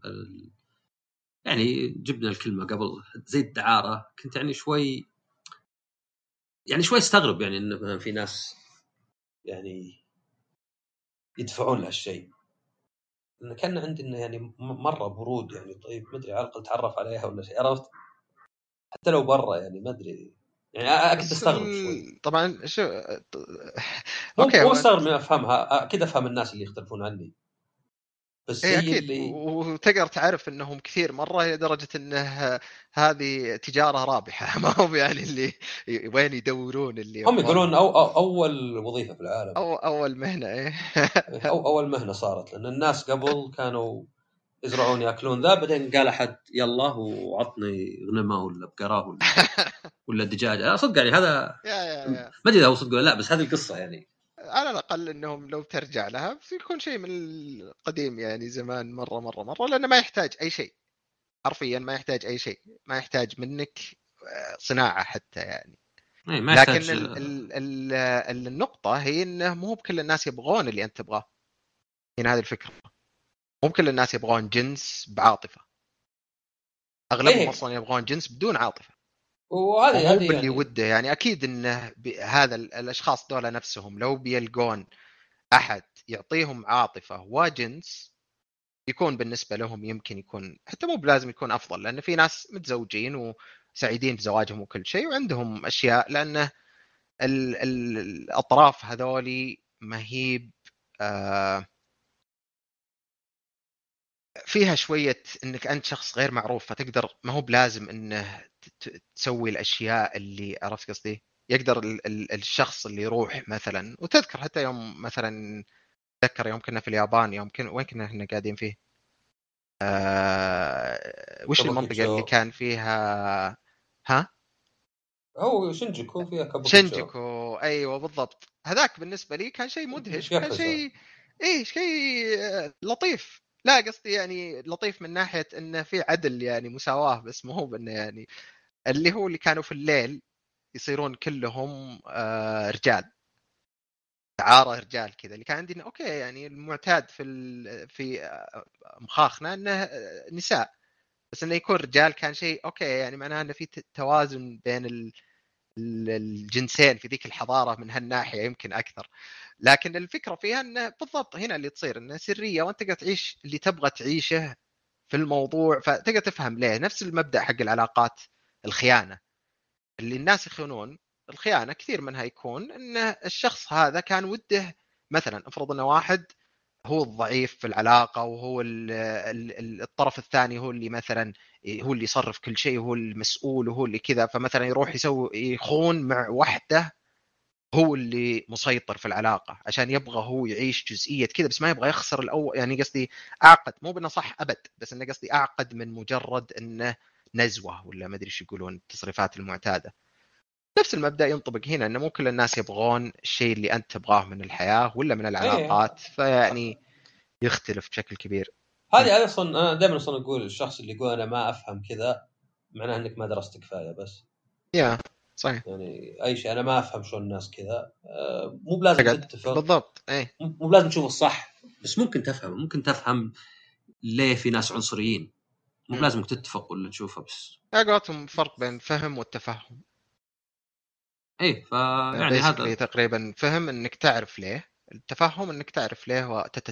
يعني جبنا الكلمه قبل زي الدعاره، كنت يعني شوي يعني شوي استغرب يعني إن مثلا في ناس يعني يدفعون لهالشيء، لأن كان عندنا يعني م- مرة برود يعني. طيب ما أدري، على الأقل تعرف عليها ولا شيء، عرفت؟ حتى لو برا يعني ما أدري يعني. أ- كنت بس أستغرب شوي. ال... طبعا شو مو اوكي مو هو مستغرب إني أفهمها، أكيد أفهم الناس اللي يختلفون عني، بس اي هي اكيد، اللي وتقدر تعرف انهم كثير مره لدرجه انه هذه تجاره رابحه ما هو يعني اللي وين يدورون اللي هم والله يقولون أو, أو أول وظيفة في العالم، أو اول مهنه ايه أو أول مهنة صارت، لأن الناس قبل كانوا يزرعون ياكلون ذا، بعدين قال أحد يلا وعطني غنمة ولا بقرة ولا ولا دجاجة. صدق يعني هذا يا يا يا ما أدري إذا هو صدق ولا لا، بس هذه القصة يعني. على الاقل انهم لو ترجع لها بيكون شيء من القديم يعني زمان مره مره مره، لانه ما يحتاج اي شيء، حرفيا ما يحتاج اي شيء، ما يحتاج منك صناعه حتى يعني. إيه ما لكن يحتاج. ال ال ال النقطة هي انه مو بكل الناس يبغون اللي انت تبغاه. هنا هذه الفكرة، مو بكل الناس يبغون جنس بعاطفة، اغلبهم إيه اصلا يبغون جنس بدون عاطفة، وهذه ومو هذه باللي يعني وده يعني. اكيد انه هذا الاشخاص دول نفسهم لو بيلقون احد يعطيهم عاطفة وجنس يكون بالنسبة لهم يمكن يكون حتى مو بلازم يكون افضل، لان في ناس متزوجين وسعيدين بزواجهم وكل شيء وعندهم اشياء، لانه ال ال الاطراف هذولي ما هي آه فيها شوية انك انت شخص غير معروف، فتقدر ما هو بلازم انه تسوي الاشياء اللي عرفت قصدي. يقدر ال ال الشخص اللي يروح مثلا، وتذكر حتى يوم مثلا تذكر يوم كنا في اليابان، يوم كنا وين كنا احنا قاعدين فيه آه وش المنطقة اللي كابوكيتشو. كان فيها؟ ها، هو شنجيكو فيها كابوكيتشو. شينجوكو، ايوه بالضبط. هذاك بالنسبه لي كان شيء مدهش وكان ياكوزا. شيء ايه شيء آه، لطيف. لا قصدي يعني لطيف من ناحيه انه في عدل يعني مساواه، بس مو هو بانه يعني اللي هو اللي كانوا في الليل يصيرون كلهم آه، رجال، عاره رجال كذا اللي كان عندنا. اوكي يعني المعتاد في ال... في آه، مخاخنا انه آه، نساء، بس انه يكون رجال كان شيء اوكي يعني، معناه انه في توازن بين ال... الجنسين في ذيك الحضاره من هالناحيه يمكن اكثر. لكن الفكره فيها انه بالضبط هنا اللي تصير انه سريه، وانت تقدر تعيش اللي تبغى تعيشه في الموضوع، فتقدر تفهم ليه. نفس المبدا حق العلاقات، الخيانه اللي الناس يخونون، الخيانه كثير منها يكون ان الشخص هذا كان وده مثلا، افرض انه واحد هو الضعيف في العلاقه، وهو ال ال الطرف الثاني هو اللي مثلا هو اللي يصرف كل شيء، وهو المسؤول، وهو اللي كذا، فمثلا يروح يسوي يخون مع وحده هو اللي مسيطر في العلاقه عشان يبغى هو يعيش جزئيه كذا، بس ما يبغى يخسر الاول يعني. قصدي اعقد، مو بانه صح ابد، بس انه قصدي اعقد من مجرد انه نزوه ولا ما ادري ايش يقولون التصريفات المعتاده. نفس المبدا ينطبق هنا، انه مو كل الناس يبغون الشيء اللي انت تبغاه من الحياه ولا من ايه العلاقات، فيعني يختلف بشكل كبير. هذه اصلا انا دائما اصلا اقول الشخص اللي يقول انا ما افهم كذا، معناه انك ما درست كفايه. بس يا صحيح، يعني اي شيء انا ما افهم شلون الناس كذا، آه، مو بلازم اقعد تتفق، بالضبط ايه. مو بلازم تشوف الصح، بس ممكن تفهم، ممكن تفهم ليه في ناس عنصريين. مو مم. بلازم تتفق ولا تشوفها بس. قولتهم فرق بين الفهم والتفهم. ايه فيعني بيسكلي هذا. تقريبا فهم انك تعرف ليه، التفهم انك تعرف ليه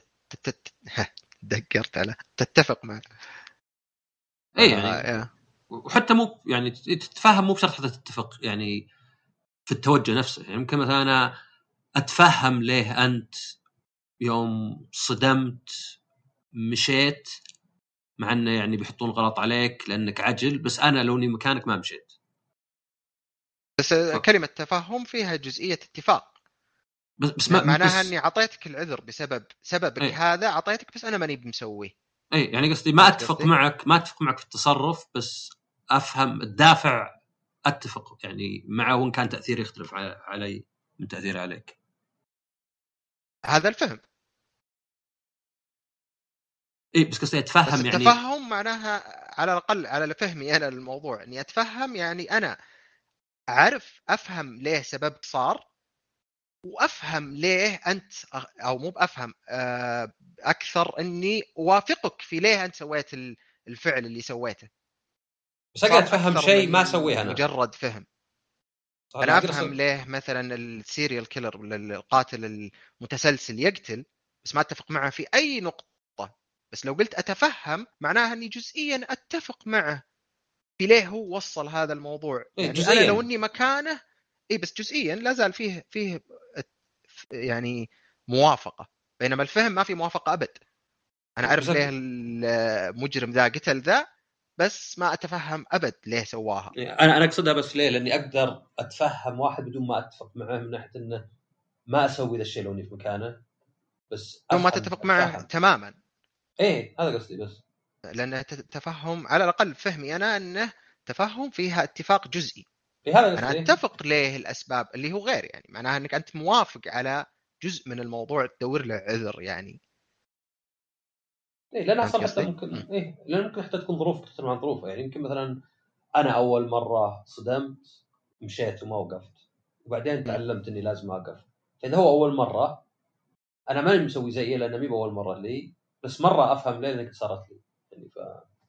وتذكرت على تتفق معه. ايه آه يعني يا. وحتى مو يعني تتفاهم، مو بشرط حتى تتفق يعني في التوجه نفسه. يعني ممكن مثلا انا اتفهم ليه انت يوم صدمت مشيت، مع انه يعني بيحطون غلط عليك لانك عجل، بس انا لو اني مكانك ما مشيت. بس ف... كلمة تفهم فيها جزئية اتفاق، بس بس ما معناها بس اني اعطيتك العذر بسبب سببك اي هذا، اعطيتك بس انا ماني بمسويه. اي يعني قصدي ما عرفت اتفق قصدي؟ معك، ما اتفق معك في التصرف، بس افهم الدافع، اتفق يعني معه وان كان تاثير يختلف علي من تاثير عليك. هذا الفهم. اي بس قصدي بس اتفهم يعني. التفهم معناها على الاقل على فهمي انا للموضوع، اني اتفهم يعني انا اعرف افهم ليه سبب صار، وافهم ليه انت او مو بافهم اكثر اني اوافقك في ليه انت سويت الفعل اللي سويته. بس اقدر صار اتفهم اكثر شيء من ما اسويه انا. مجرد فهم. انا افهم ليه مثلا السيريال كيلر ولا القاتل المتسلسل يقتل، بس ما اتفق معه في اي نقطه. بس لو قلت اتفهم معناها اني جزئيا اتفق معه في ليه هو وصل هذا الموضوع. إيه يعني جزئياً. انا لو اني مكانه اي بس جزئيا لا زال فيه فيه يعني موافقه، بينما الفهم ما في موافقه ابد. انا اعرف ليه المجرم ذا قتل ذا، بس ما اتفهم ابد ليه سواها. انا انا اقصدها بس ليه، لاني اقدر اتفهم واحد بدون ما اتفق معه، من ناحيه انه ما اسوي ذا الشيء لو اني في مكانه، بس ثم ما افهم تتفق معه أتفهم. تماما. ايه هذا قصدي. بس لأن تفهم على الأقل فهمي أنا أنه تفهم فيها اتفاق جزئي. إيه هذا أنا قصدي. أتفق ليه الأسباب اللي هو غير، يعني معناها أنك أنت موافق على جزء من الموضوع تدور له عذر يعني. إيه لأن أصلا حتى ممكن م. إيه لأن ممكن حتى تكون ظروف تختلف عن ظروفه. يعني يمكن مثلا أنا أول مرة صدمت مشيت وما وقفت، وبعدين م. تعلمت إني لازم أوقف. فإذا هو أول مرة أنا ماني مسوي زيه لأنه مي بأول مرة لي، بس مرة أفهم ليه لأنك صارت لي يعني. ف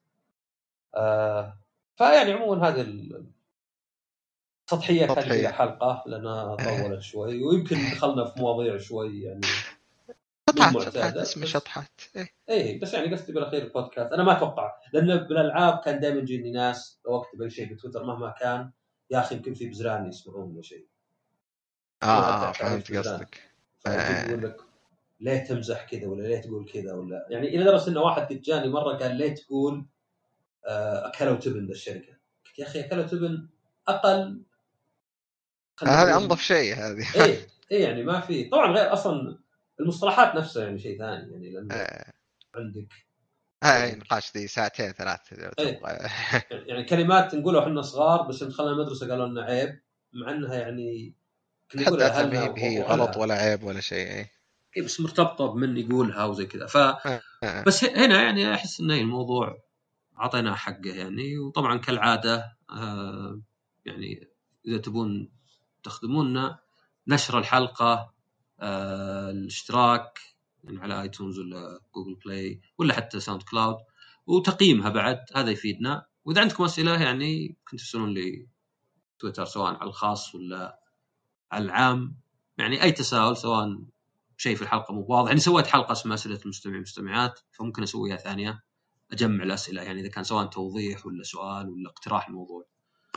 آه فيعني عموما هذه السطحية كانت إلى حلقة لأنها طولت شوي، ويمكن دخلنا في مواضيع شوي يعني شطحات شطحات اسمه شطحات. إيه. ايه بس يعني قصدي بالاخير البودكاست انا ما اتوقع، لان بالالعاب كان دائما يجيني ناس لو اكتب اي شيء في تويتر مهما كان، يا اخي يمكن في بزران يسمعون ولا شيء. اه, آه فهمت قصدك. فيقول لك ليه تمزح كذا ولا ليه تقول كذا ولا يعني، الى درجه انه واحد قد جاني مره قال ليه تقول آه اكلوا تبن للشركه. قلت يا اخي اكلوا تبن اقل، هذا انظف شيء هذه. ايه ايه يعني ما في طبعا غير اصلا المصطلحات نفسها يعني شيء ثاني يعني، لان آه. عندك هاي نقاش ذي ساعتين ثلاث تبغى يعني كلمات نقولها احنا صغار بس دخلنا المدرسه قالوا لنا عيب، مع انها يعني كنا نقولها هل هي غلط ولا عيب ولا شيء. اي بس مرتبطه بمن يقولها وزي كذا. ف بس هنا يعني احس ان الموضوع اعطيناه حقه يعني. وطبعا كالعاده آه يعني اذا تبون تخدمونا نشر الحلقه، آه الاشتراك يعني على ايتونز ولا جوجل بلاي ولا حتى ساوند كلاود، وتقييمها بعد هذا يفيدنا. واذا عندكم اسئله يعني كنتوا ترسلون لي تويتر سواء على الخاص ولا على العام، يعني اي تساؤل سواء شيء في الحلقه مو واضح. يعني سويت حلقه اسمها اسئله المستمعين والمستمعات، فممكن اسويها ثانيه اجمع الاسئله يعني اذا كان سواء توضيح ولا سؤال ولا اقتراح الموضوع.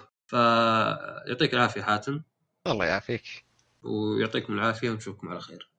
فيعطيك العافيه حاتم. الله يعافيك ويعطيكم العافيه ونشوفكم على خير.